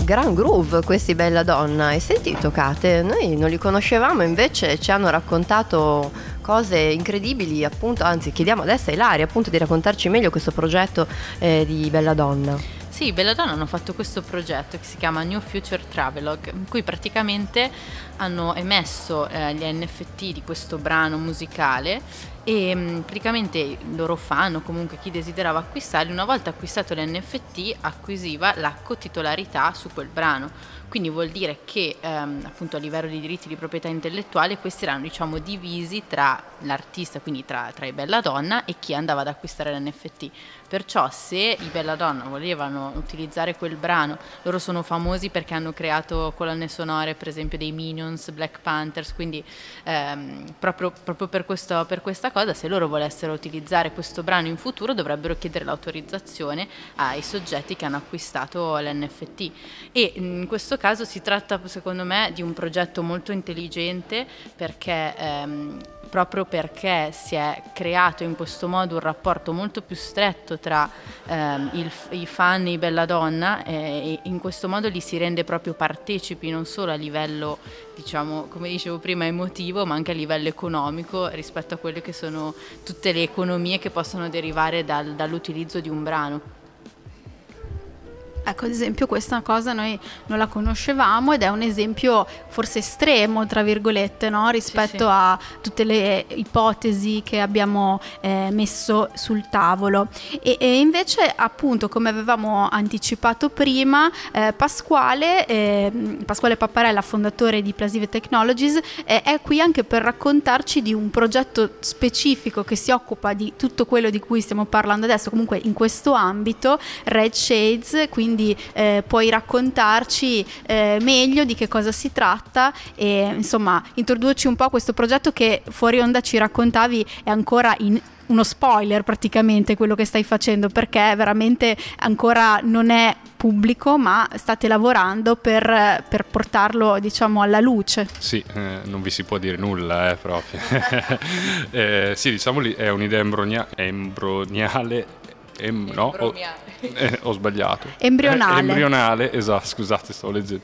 Gran groove questi Bella Donna. Hai sentito, Kate? Noi non li conoscevamo, invece ci hanno raccontato cose incredibili, appunto, anzi chiediamo adesso a Ilaria appunto di raccontarci meglio questo progetto di Bella Donna. Sì, Belladonna hanno fatto questo progetto che si chiama New Future Travelogue, in cui praticamente hanno emesso gli NFT di questo brano musicale e praticamente i loro fan o comunque chi desiderava acquistarli, una volta acquistato l'NFT acquisiva la cotitolarità su quel brano. Quindi vuol dire che appunto a livello di diritti di proprietà intellettuale questi erano, diciamo, divisi tra l'artista, quindi tra i Belladonna e chi andava ad acquistare l'NFT. Perciò se i Belladonna volevano utilizzare quel brano, loro sono famosi perché hanno creato colonne sonore per esempio dei Minions, Black Panthers, quindi proprio per questa cosa, se loro volessero utilizzare questo brano in futuro dovrebbero chiedere l'autorizzazione ai soggetti che hanno acquistato l'NFT. E in questo caso si tratta secondo me di un progetto molto intelligente perché proprio perché si è creato in questo modo un rapporto molto più stretto tra i fan e i Belladonna e in questo modo li si rende proprio partecipi non solo a livello, diciamo, come dicevo prima, emotivo, ma anche a livello economico rispetto a quelle che sono tutte le economie che possono derivare dall'utilizzo di un brano. Ecco, ad esempio questa cosa noi non la conoscevamo ed è un esempio forse estremo, tra virgolette, no? Rispetto sì. a tutte le ipotesi che abbiamo messo sul tavolo. E invece, appunto, come avevamo anticipato prima, Pasquale Papparella, fondatore di Plasive Technologies, è qui anche per raccontarci di un progetto specifico che si occupa di tutto quello di cui stiamo parlando adesso, comunque in questo ambito, Red Shades, quindi puoi raccontarci meglio di che cosa si tratta e insomma introdurci un po' a questo progetto che fuori onda ci raccontavi è ancora in uno spoiler praticamente quello che stai facendo, perché veramente ancora non è pubblico ma state lavorando per portarlo, diciamo, alla luce. Sì, non vi si può dire nulla proprio. Sì, diciamo è un'idea embrionale. No, ho sbagliato. Embrionale, esatto, scusate, stavo leggendo.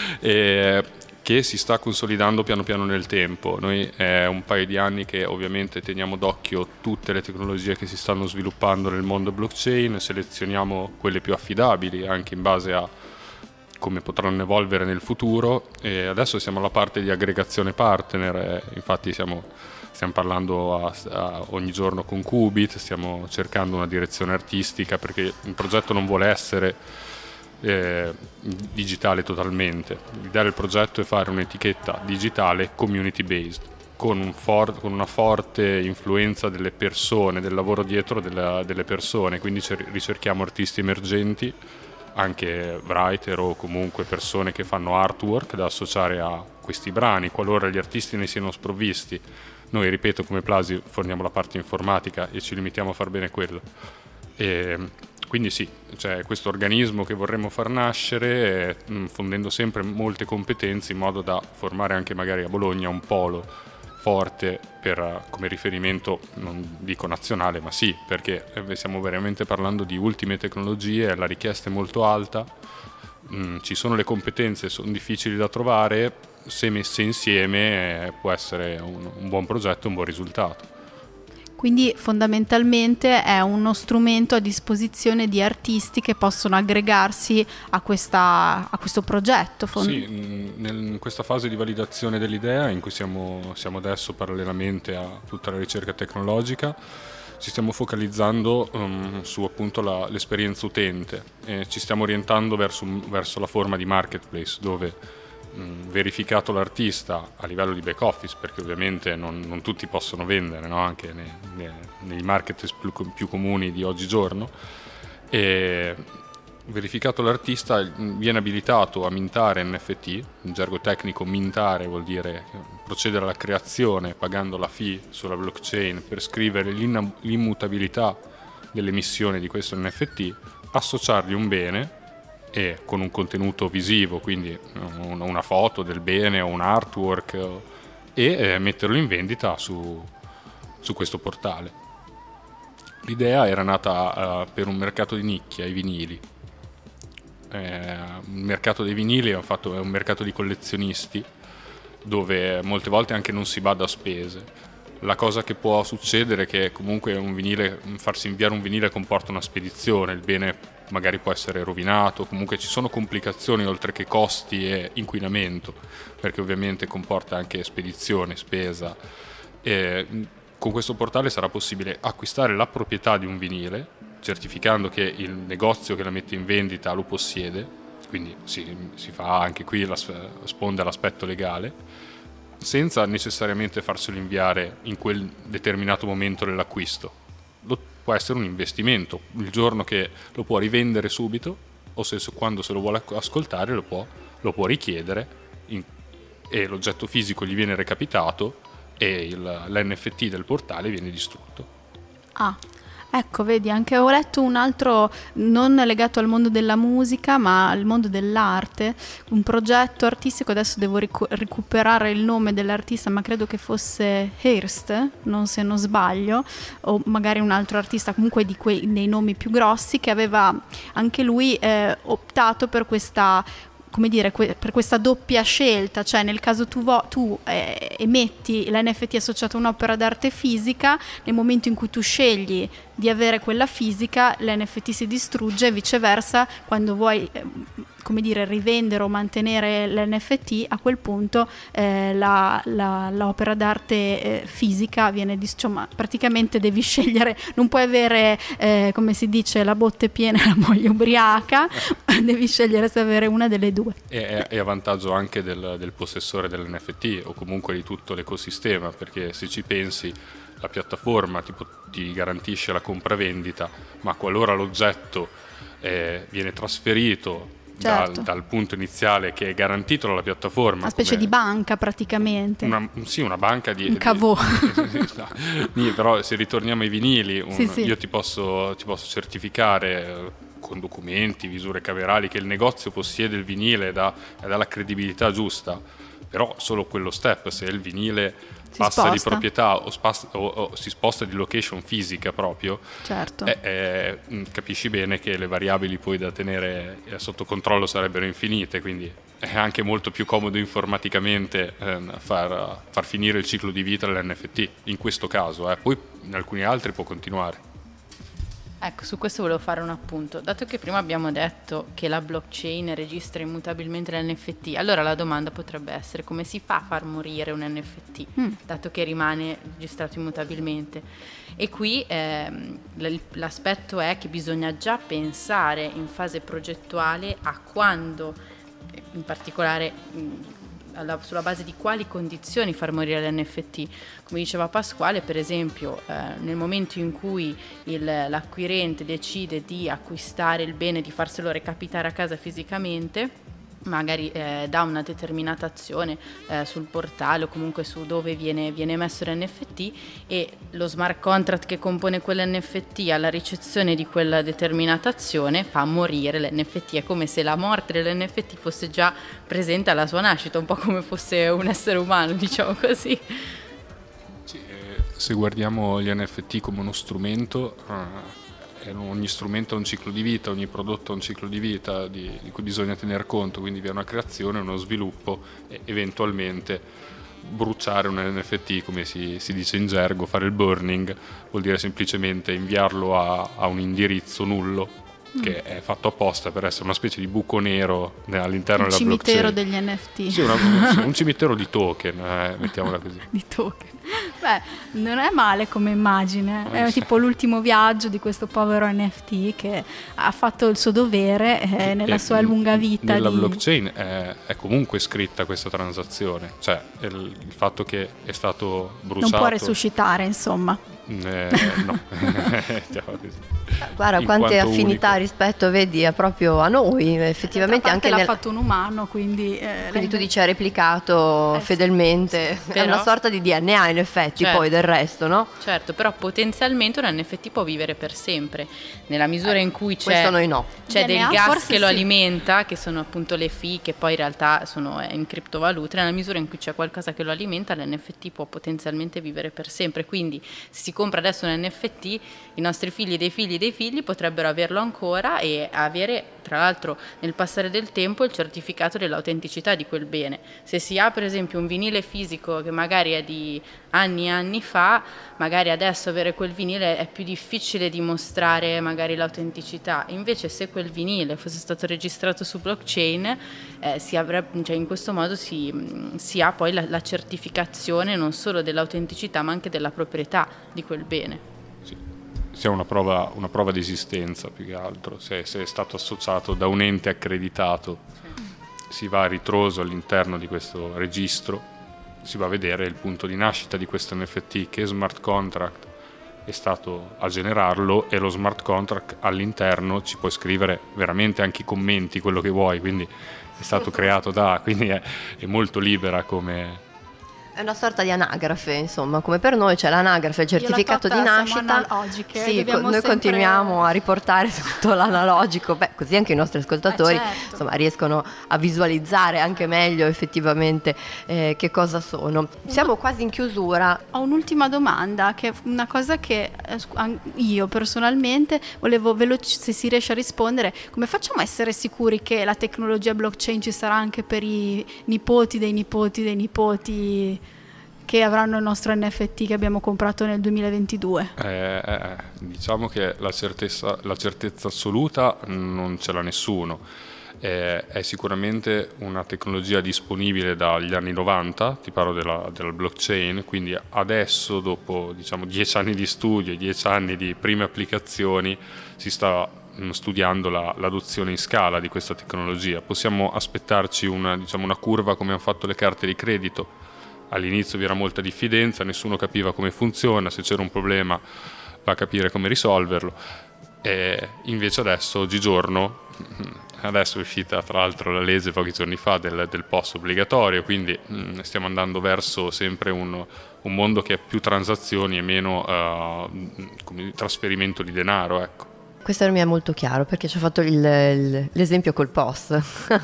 Che si sta consolidando piano piano nel tempo. Noi è un paio di anni che ovviamente teniamo d'occhio tutte le tecnologie che si stanno sviluppando nel mondo blockchain, selezioniamo quelle più affidabili anche in base a come potranno evolvere nel futuro e adesso siamo alla parte di aggregazione partner, infatti stiamo parlando ogni giorno con Qubit, stiamo cercando una direzione artistica perché il progetto non vuole essere digitale totalmente. L'idea del progetto è fare un'etichetta digitale community based con una forte influenza delle persone, del lavoro dietro delle persone, quindi ricerchiamo artisti emergenti, anche writer o comunque persone che fanno artwork da associare a questi brani qualora gli artisti ne siano sprovvisti. Noi, ripeto, come Plasi forniamo la parte informatica e ci limitiamo a far bene quello. E quindi sì, c'è questo organismo che vorremmo far nascere fondendo sempre molte competenze in modo da formare anche magari a Bologna un polo forte come riferimento, non dico nazionale, ma sì, perché stiamo veramente parlando di ultime tecnologie, la richiesta è molto alta, ci sono le competenze, sono difficili da trovare, se messe insieme può essere un buon progetto, un buon risultato. Quindi fondamentalmente è uno strumento a disposizione di artisti che possono aggregarsi a questo progetto. Sì, in questa fase di validazione dell'idea in cui siamo adesso parallelamente a tutta la ricerca tecnologica, ci stiamo focalizzando su appunto l'esperienza utente e ci stiamo orientando verso la forma di marketplace dove verificato l'artista a livello di back office, perché ovviamente non tutti possono vendere, no? Anche nei marketplace più comuni di oggigiorno, e verificato l'artista viene abilitato a mintare NFT, in gergo tecnico mintare vuol dire procedere alla creazione pagando la fee sulla blockchain per scrivere l'immutabilità dell'emissione di questo NFT, associargli un bene e con un contenuto visivo, quindi una foto del bene o un artwork, e metterlo in vendita su questo portale. L'idea era nata per un mercato di nicchia, i vinili. Il mercato dei vinili è un mercato di collezionisti, dove molte volte anche non si bada a spese. La cosa che può succedere è che comunque farsi inviare un vinile comporta una spedizione, il bene magari può essere rovinato, comunque ci sono complicazioni oltre che costi e inquinamento, perché ovviamente comporta anche spedizione, spesa. E con questo portale sarà possibile acquistare la proprietà di un vinile, certificando che il negozio che la mette in vendita lo possiede, quindi si fa anche qui la sponda all'aspetto legale, senza necessariamente farselo inviare in quel determinato momento dell'acquisto. Può essere un investimento, il giorno che lo può rivendere subito, o quando se lo vuole ascoltare lo può richiedere e l'oggetto fisico gli viene recapitato e l'NFT del portale viene distrutto. Ecco, vedi, anche ho letto un altro, non legato al mondo della musica, ma al mondo dell'arte, un progetto artistico, adesso devo recuperare il nome dell'artista, ma credo che fosse Hearst, se non sbaglio, o magari un altro artista, comunque dei nomi più grossi, che aveva anche lui optato per questa, come dire, per questa doppia scelta, cioè nel caso tu emetti l'NFT associato a un'opera d'arte fisica, nel momento in cui tu scegli di avere quella fisica, l'NFT si distrugge, e viceversa, quando vuoi come dire, rivendere o mantenere l'NFT, a quel punto l'opera d'arte fisica viene praticamente devi scegliere, non puoi avere come si dice, la botte piena e la moglie ubriaca, devi scegliere se avere una delle due. È a vantaggio anche del possessore dell'NFT o comunque di tutto l'ecosistema, perché se ci pensi la piattaforma ti garantisce la compravendita, ma qualora l'oggetto viene trasferito dal punto iniziale che è garantito dalla piattaforma, una specie di banca praticamente, una banca di un cavò. Però se ritorniamo ai vinili, sì. io ti posso certificare con documenti, visure camerali, che il negozio possiede il vinile e dà la credibilità giusta, però solo quello step, se il vinile passa di proprietà o si sposta di location fisica proprio, certo. Capisci bene che le variabili poi da tenere sotto controllo sarebbero infinite, quindi è anche molto più comodo informaticamente far finire il ciclo di vita dell'NFT, in questo caso, poi in alcuni altri può continuare. Ecco, su questo volevo fare un appunto. Dato che prima abbiamo detto che la blockchain registra immutabilmente l'NFT, allora la domanda potrebbe essere: come si fa a far morire un NFT, dato che rimane registrato immutabilmente? E qui l'aspetto è che bisogna già pensare in fase progettuale a quando, in particolare sulla base di quali condizioni far morire l'NFT. Come diceva Pasquale, per esempio, nel momento in cui l'acquirente decide di acquistare il bene, di farselo recapitare a casa fisicamente, magari dà una determinata azione sul portale o comunque su dove viene emesso l'NFT, e lo smart contract che compone quell'NFT alla ricezione di quella determinata azione fa morire l'NFT. È come se la morte dell'NFT fosse già presente alla sua nascita, un po' come fosse un essere umano, diciamo così. Sì, se guardiamo gli NFT come uno strumento, ogni strumento ha un ciclo di vita, ogni prodotto ha un ciclo di vita di cui bisogna tener conto, quindi vi è una creazione, uno sviluppo e eventualmente bruciare un NFT, come si dice in gergo. Fare il burning vuol dire semplicemente inviarlo a un indirizzo nullo che è fatto apposta per essere una specie di buco nero all'interno della blockchain. Un cimitero degli NFT. Sì, un cimitero di token, mettiamola così. Di token. Beh, non è male come immagine, è tipo l'ultimo viaggio di questo povero NFT che ha fatto il suo dovere nella sua lunga vita. Nella blockchain è comunque scritta questa transazione, cioè il fatto che è stato bruciato non può resuscitare, insomma. No. Guarda quante affinità unico rispetto, vedi, proprio a noi, effettivamente. Anche l'ha fatto un umano, quindi tu dici ha replicato fedelmente, però, è una sorta di DNA in effetti, certo, poi del resto, no? Certo, però potenzialmente un NFT può vivere per sempre, nella misura in cui questo noi no. C'è del gas che lo alimenta, che sono appunto le fee, che poi in realtà sono in criptovalute. Nella misura in cui c'è qualcosa che lo alimenta, l'NFT può potenzialmente vivere per sempre. Quindi se si compra adesso un NFT, i nostri figli dei figli dei figli potrebbero averlo ancora e avere, tra l'altro, nel passare del tempo il certificato dell'autenticità di quel bene. Se si ha per esempio un vinile fisico che magari è di anni e anni fa, magari adesso avere quel vinile è più difficile dimostrare magari l'autenticità. Invece se quel vinile fosse stato registrato su blockchain, in questo modo si ha poi la certificazione non solo dell'autenticità ma anche della proprietà di quel bene. Sia una prova di esistenza più che altro, se è stato associato da un ente accreditato, si va a ritroso all'interno di questo registro, si va a vedere il punto di nascita di questo NFT, che smart contract è stato a generarlo, e lo smart contract all'interno ci puoi scrivere veramente anche i commenti, quello che vuoi, quindi è stato creato quindi è molto libera come... È una sorta di anagrafe, insomma, come per noi c'è l'anagrafe, il certificato di nascita. Sì, noi continuiamo a riportare tutto l'analogico, così anche i nostri ascoltatori certo. insomma, riescono a visualizzare anche meglio effettivamente che cosa sono. Siamo quasi in chiusura. Ho un'ultima domanda, che è una cosa che io personalmente volevo se si riesce a rispondere: come facciamo a essere sicuri che la tecnologia blockchain ci sarà anche per i nipoti dei nipoti dei nipoti che avranno il nostro NFT che abbiamo comprato nel 2022? Diciamo che la certezza assoluta non ce l'ha nessuno. È sicuramente una tecnologia disponibile dagli anni 90, ti parlo della blockchain, quindi adesso, dopo 10 anni di studio e 10 anni di prime applicazioni, si sta studiando l'adozione in scala di questa tecnologia. Possiamo aspettarci una curva come hanno fatto le carte di credito. All'inizio vi era molta diffidenza, nessuno capiva come funziona, se c'era un problema va a capire come risolverlo, e invece oggigiorno è uscita tra l'altro la legge pochi giorni fa del POS obbligatorio, quindi stiamo andando verso sempre un mondo che ha più transazioni e meno trasferimento di denaro, ecco. Questo non mi è molto chiaro, perché ci ho fatto l'esempio col POS.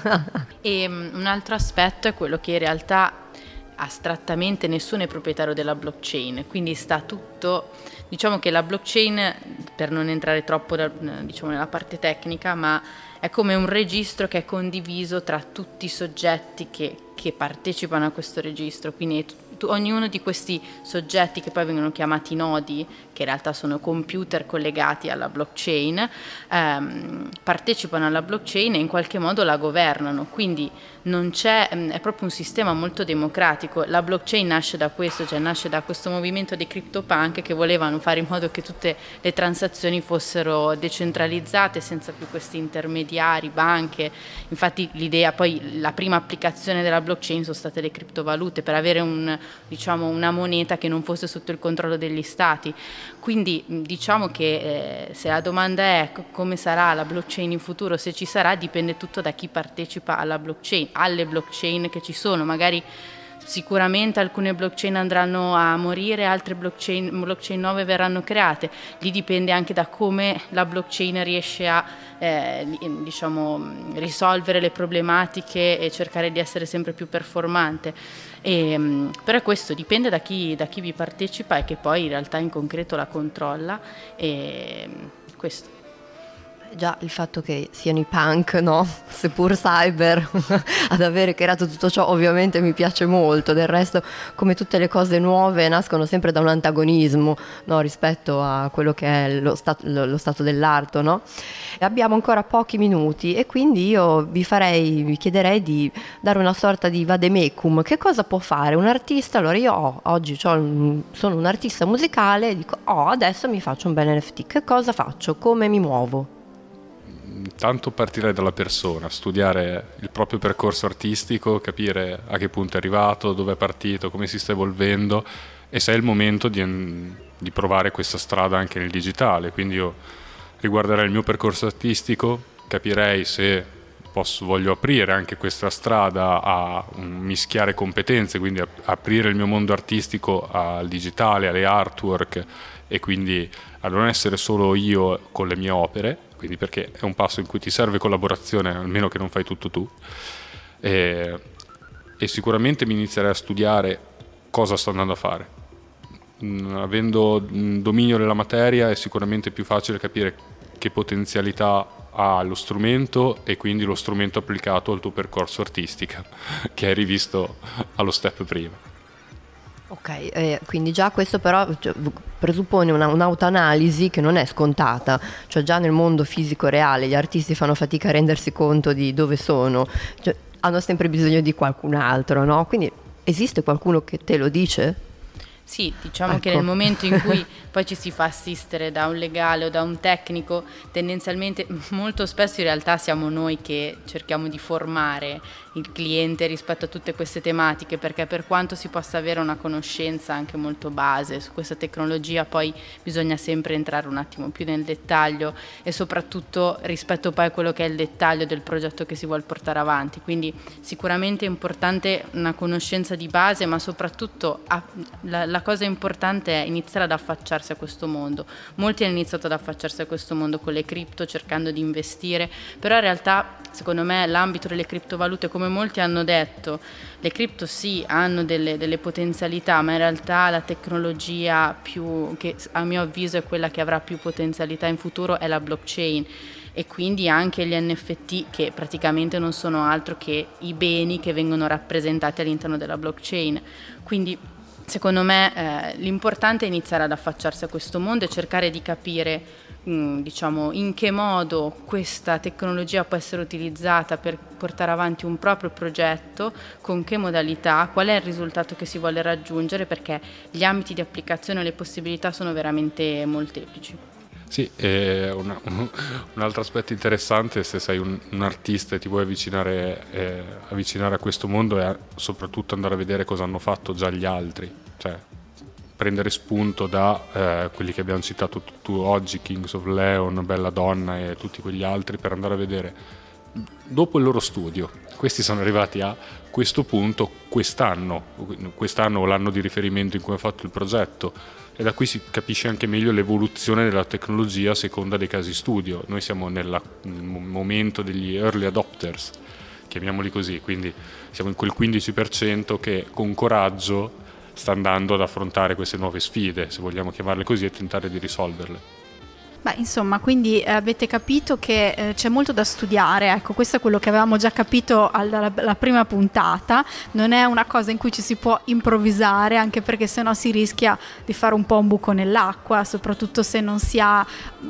E un altro aspetto è quello che in realtà astrattamente nessuno è proprietario della blockchain, quindi sta tutto, diciamo che la blockchain, per non entrare troppo nella parte tecnica, ma è come un registro che è condiviso tra tutti i soggetti che partecipano a questo registro, quindi ognuno di questi soggetti, che poi vengono chiamati nodi, che in realtà sono computer collegati alla blockchain, partecipano alla blockchain e in qualche modo la governano, quindi è proprio un sistema molto democratico. La blockchain nasce da questo movimento dei CryptoPunk che volevano fare in modo che tutte le transazioni fossero decentralizzate, senza più questi intermediari, banche. Infatti l'idea, poi la prima applicazione della blockchain sono state le criptovalute, per avere una moneta che non fosse sotto il controllo degli stati. Quindi diciamo che se la domanda è come sarà la blockchain in futuro, se ci sarà, dipende tutto da chi partecipa alla blockchain, alle blockchain che ci sono. Magari sicuramente alcune blockchain andranno a morire, altre blockchain nuove verranno create. Lì dipende anche da come la blockchain riesce a risolvere le problematiche e cercare di essere sempre più performante. Però questo dipende da chi vi partecipa e che poi in realtà in concreto la controlla, e questo. Già il fatto che siano i punk, no? Seppur cyber, ad avere creato tutto ciò ovviamente mi piace molto. Del resto, come tutte le cose nuove, nascono sempre da un antagonismo, no? Rispetto a quello che è lo stato dell'arte, no? E abbiamo ancora pochi minuti e quindi io vi chiederei di dare una sorta di vademecum. Che cosa può fare un artista? Allora io oggi sono un artista musicale e dico adesso mi faccio un bel NFT. Che cosa faccio? Come mi muovo? Intanto partire dalla persona, studiare il proprio percorso artistico, capire a che punto è arrivato, dove è partito, come si sta evolvendo, e se è il momento di provare questa strada anche nel digitale. Quindi io riguarderei il mio percorso artistico, capirei se voglio aprire anche questa strada a mischiare competenze, quindi aprire il mio mondo artistico al digitale, alle artwork, e quindi a non essere solo io con le mie opere, quindi perché è un passo in cui ti serve collaborazione, almeno che non fai tutto tu, e sicuramente mi inizierei a studiare cosa sto andando a fare. avendo dominio della materia è sicuramente più facile capire che potenzialità ha lo strumento e quindi lo strumento applicato al tuo percorso artistico che hai rivisto allo step prima. Ok, quindi già questo però presuppone un'autoanalisi che non è scontata, cioè già nel mondo fisico reale gli artisti fanno fatica a rendersi conto di dove sono, cioè, hanno sempre bisogno di qualcun altro, no? Quindi esiste qualcuno che te lo dice? Sì, diciamo che nel momento in cui poi ci si fa assistere da un legale o da un tecnico, tendenzialmente molto spesso in realtà siamo noi che cerchiamo di formare il cliente rispetto a tutte queste tematiche, perché per quanto si possa avere una conoscenza anche molto base su questa tecnologia, poi bisogna sempre entrare un attimo più nel dettaglio e soprattutto rispetto poi a quello che è il dettaglio del progetto che si vuole portare avanti. Quindi sicuramente è importante una conoscenza di base, ma soprattutto la cosa importante è iniziare ad affacciarsi a questo mondo. Molti hanno iniziato ad affacciarsi a questo mondo con le cripto, cercando di investire, però in realtà secondo me l'ambito delle criptovalute, come molti hanno detto, le cripto sì hanno delle potenzialità, ma in realtà la tecnologia più, che a mio avviso è quella che avrà più potenzialità in futuro, è la blockchain, e quindi anche gli NFT, che praticamente non sono altro che i beni che vengono rappresentati all'interno della blockchain. Quindi secondo me l'importante è iniziare ad affacciarsi a questo mondo e cercare di capire diciamo in che modo questa tecnologia può essere utilizzata per portare avanti un proprio progetto, con che modalità, qual è il risultato che si vuole raggiungere, perché gli ambiti di applicazione e le possibilità sono veramente molteplici. Sì, un altro aspetto interessante, se sei un artista e ti vuoi avvicinare a questo mondo, è soprattutto andare a vedere cosa hanno fatto già gli altri, cioè prendere spunto da quelli che abbiamo citato tu oggi, Kings of Leon, Bella Donna e tutti quegli altri, per andare a vedere dopo il loro studio. Questi sono arrivati a questo punto quest'anno o l'anno di riferimento in cui ho fatto il progetto, e da qui si capisce anche meglio l'evoluzione della tecnologia a seconda dei casi studio. Noi siamo nel momento degli early adopters, chiamiamoli così, quindi siamo in quel 15% che con coraggio sta andando ad affrontare queste nuove sfide, se vogliamo chiamarle così, e tentare di risolverle. Beh, insomma, quindi avete capito che c'è molto da studiare, ecco, questo è quello che avevamo già capito alla prima puntata, non è una cosa in cui ci si può improvvisare, anche perché sennò si rischia di fare un po' un buco nell'acqua, soprattutto se non si ha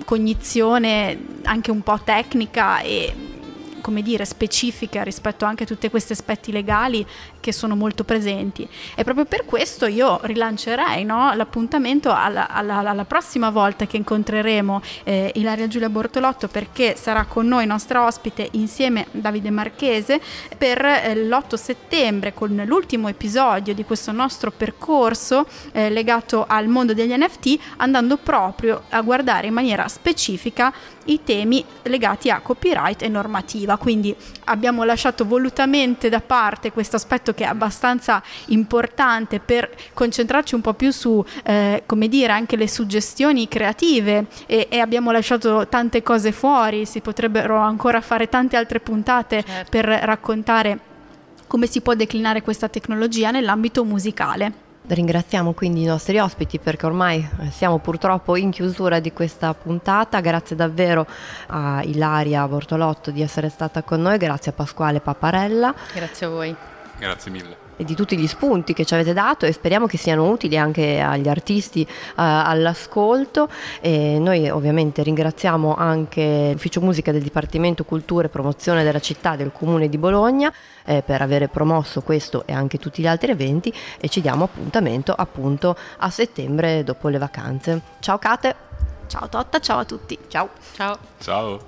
cognizione anche un po' tecnica e, come dire, specifica rispetto anche a tutti questi aspetti legali che sono molto presenti. E proprio per questo io rilancerei, no, l'appuntamento alla prossima volta che incontreremo Ilaria Giulia Bortolotto, perché sarà con noi nostra ospite insieme a Davide Marchese per l'8 settembre con l'ultimo episodio di questo nostro percorso legato al mondo degli NFT, andando proprio a guardare in maniera specifica i temi legati a copyright e normativa. Quindi abbiamo lasciato volutamente da parte questo aspetto che è abbastanza importante per concentrarci un po' più su come dire, anche le suggestioni creative, e abbiamo lasciato tante cose fuori. Si potrebbero ancora fare tante altre puntate, certo, per raccontare come si può declinare questa tecnologia nell'ambito musicale. Ringraziamo quindi i nostri ospiti, perché ormai siamo purtroppo in chiusura di questa puntata. Grazie davvero a Ilaria Bortolotto di essere stata con noi, grazie a Pasquale Paparella. Grazie a voi. Grazie mille. E di tutti gli spunti che ci avete dato, e speriamo che siano utili anche agli artisti all'ascolto. E noi ovviamente ringraziamo anche l'Ufficio Musica del Dipartimento Cultura e Promozione della città del Comune di Bologna per aver promosso questo e anche tutti gli altri eventi, e ci diamo appuntamento appunto a settembre dopo le vacanze. Ciao Kate. Ciao Totta, ciao a tutti. Ciao. Ciao. Ciao.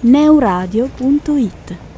neuradio.it.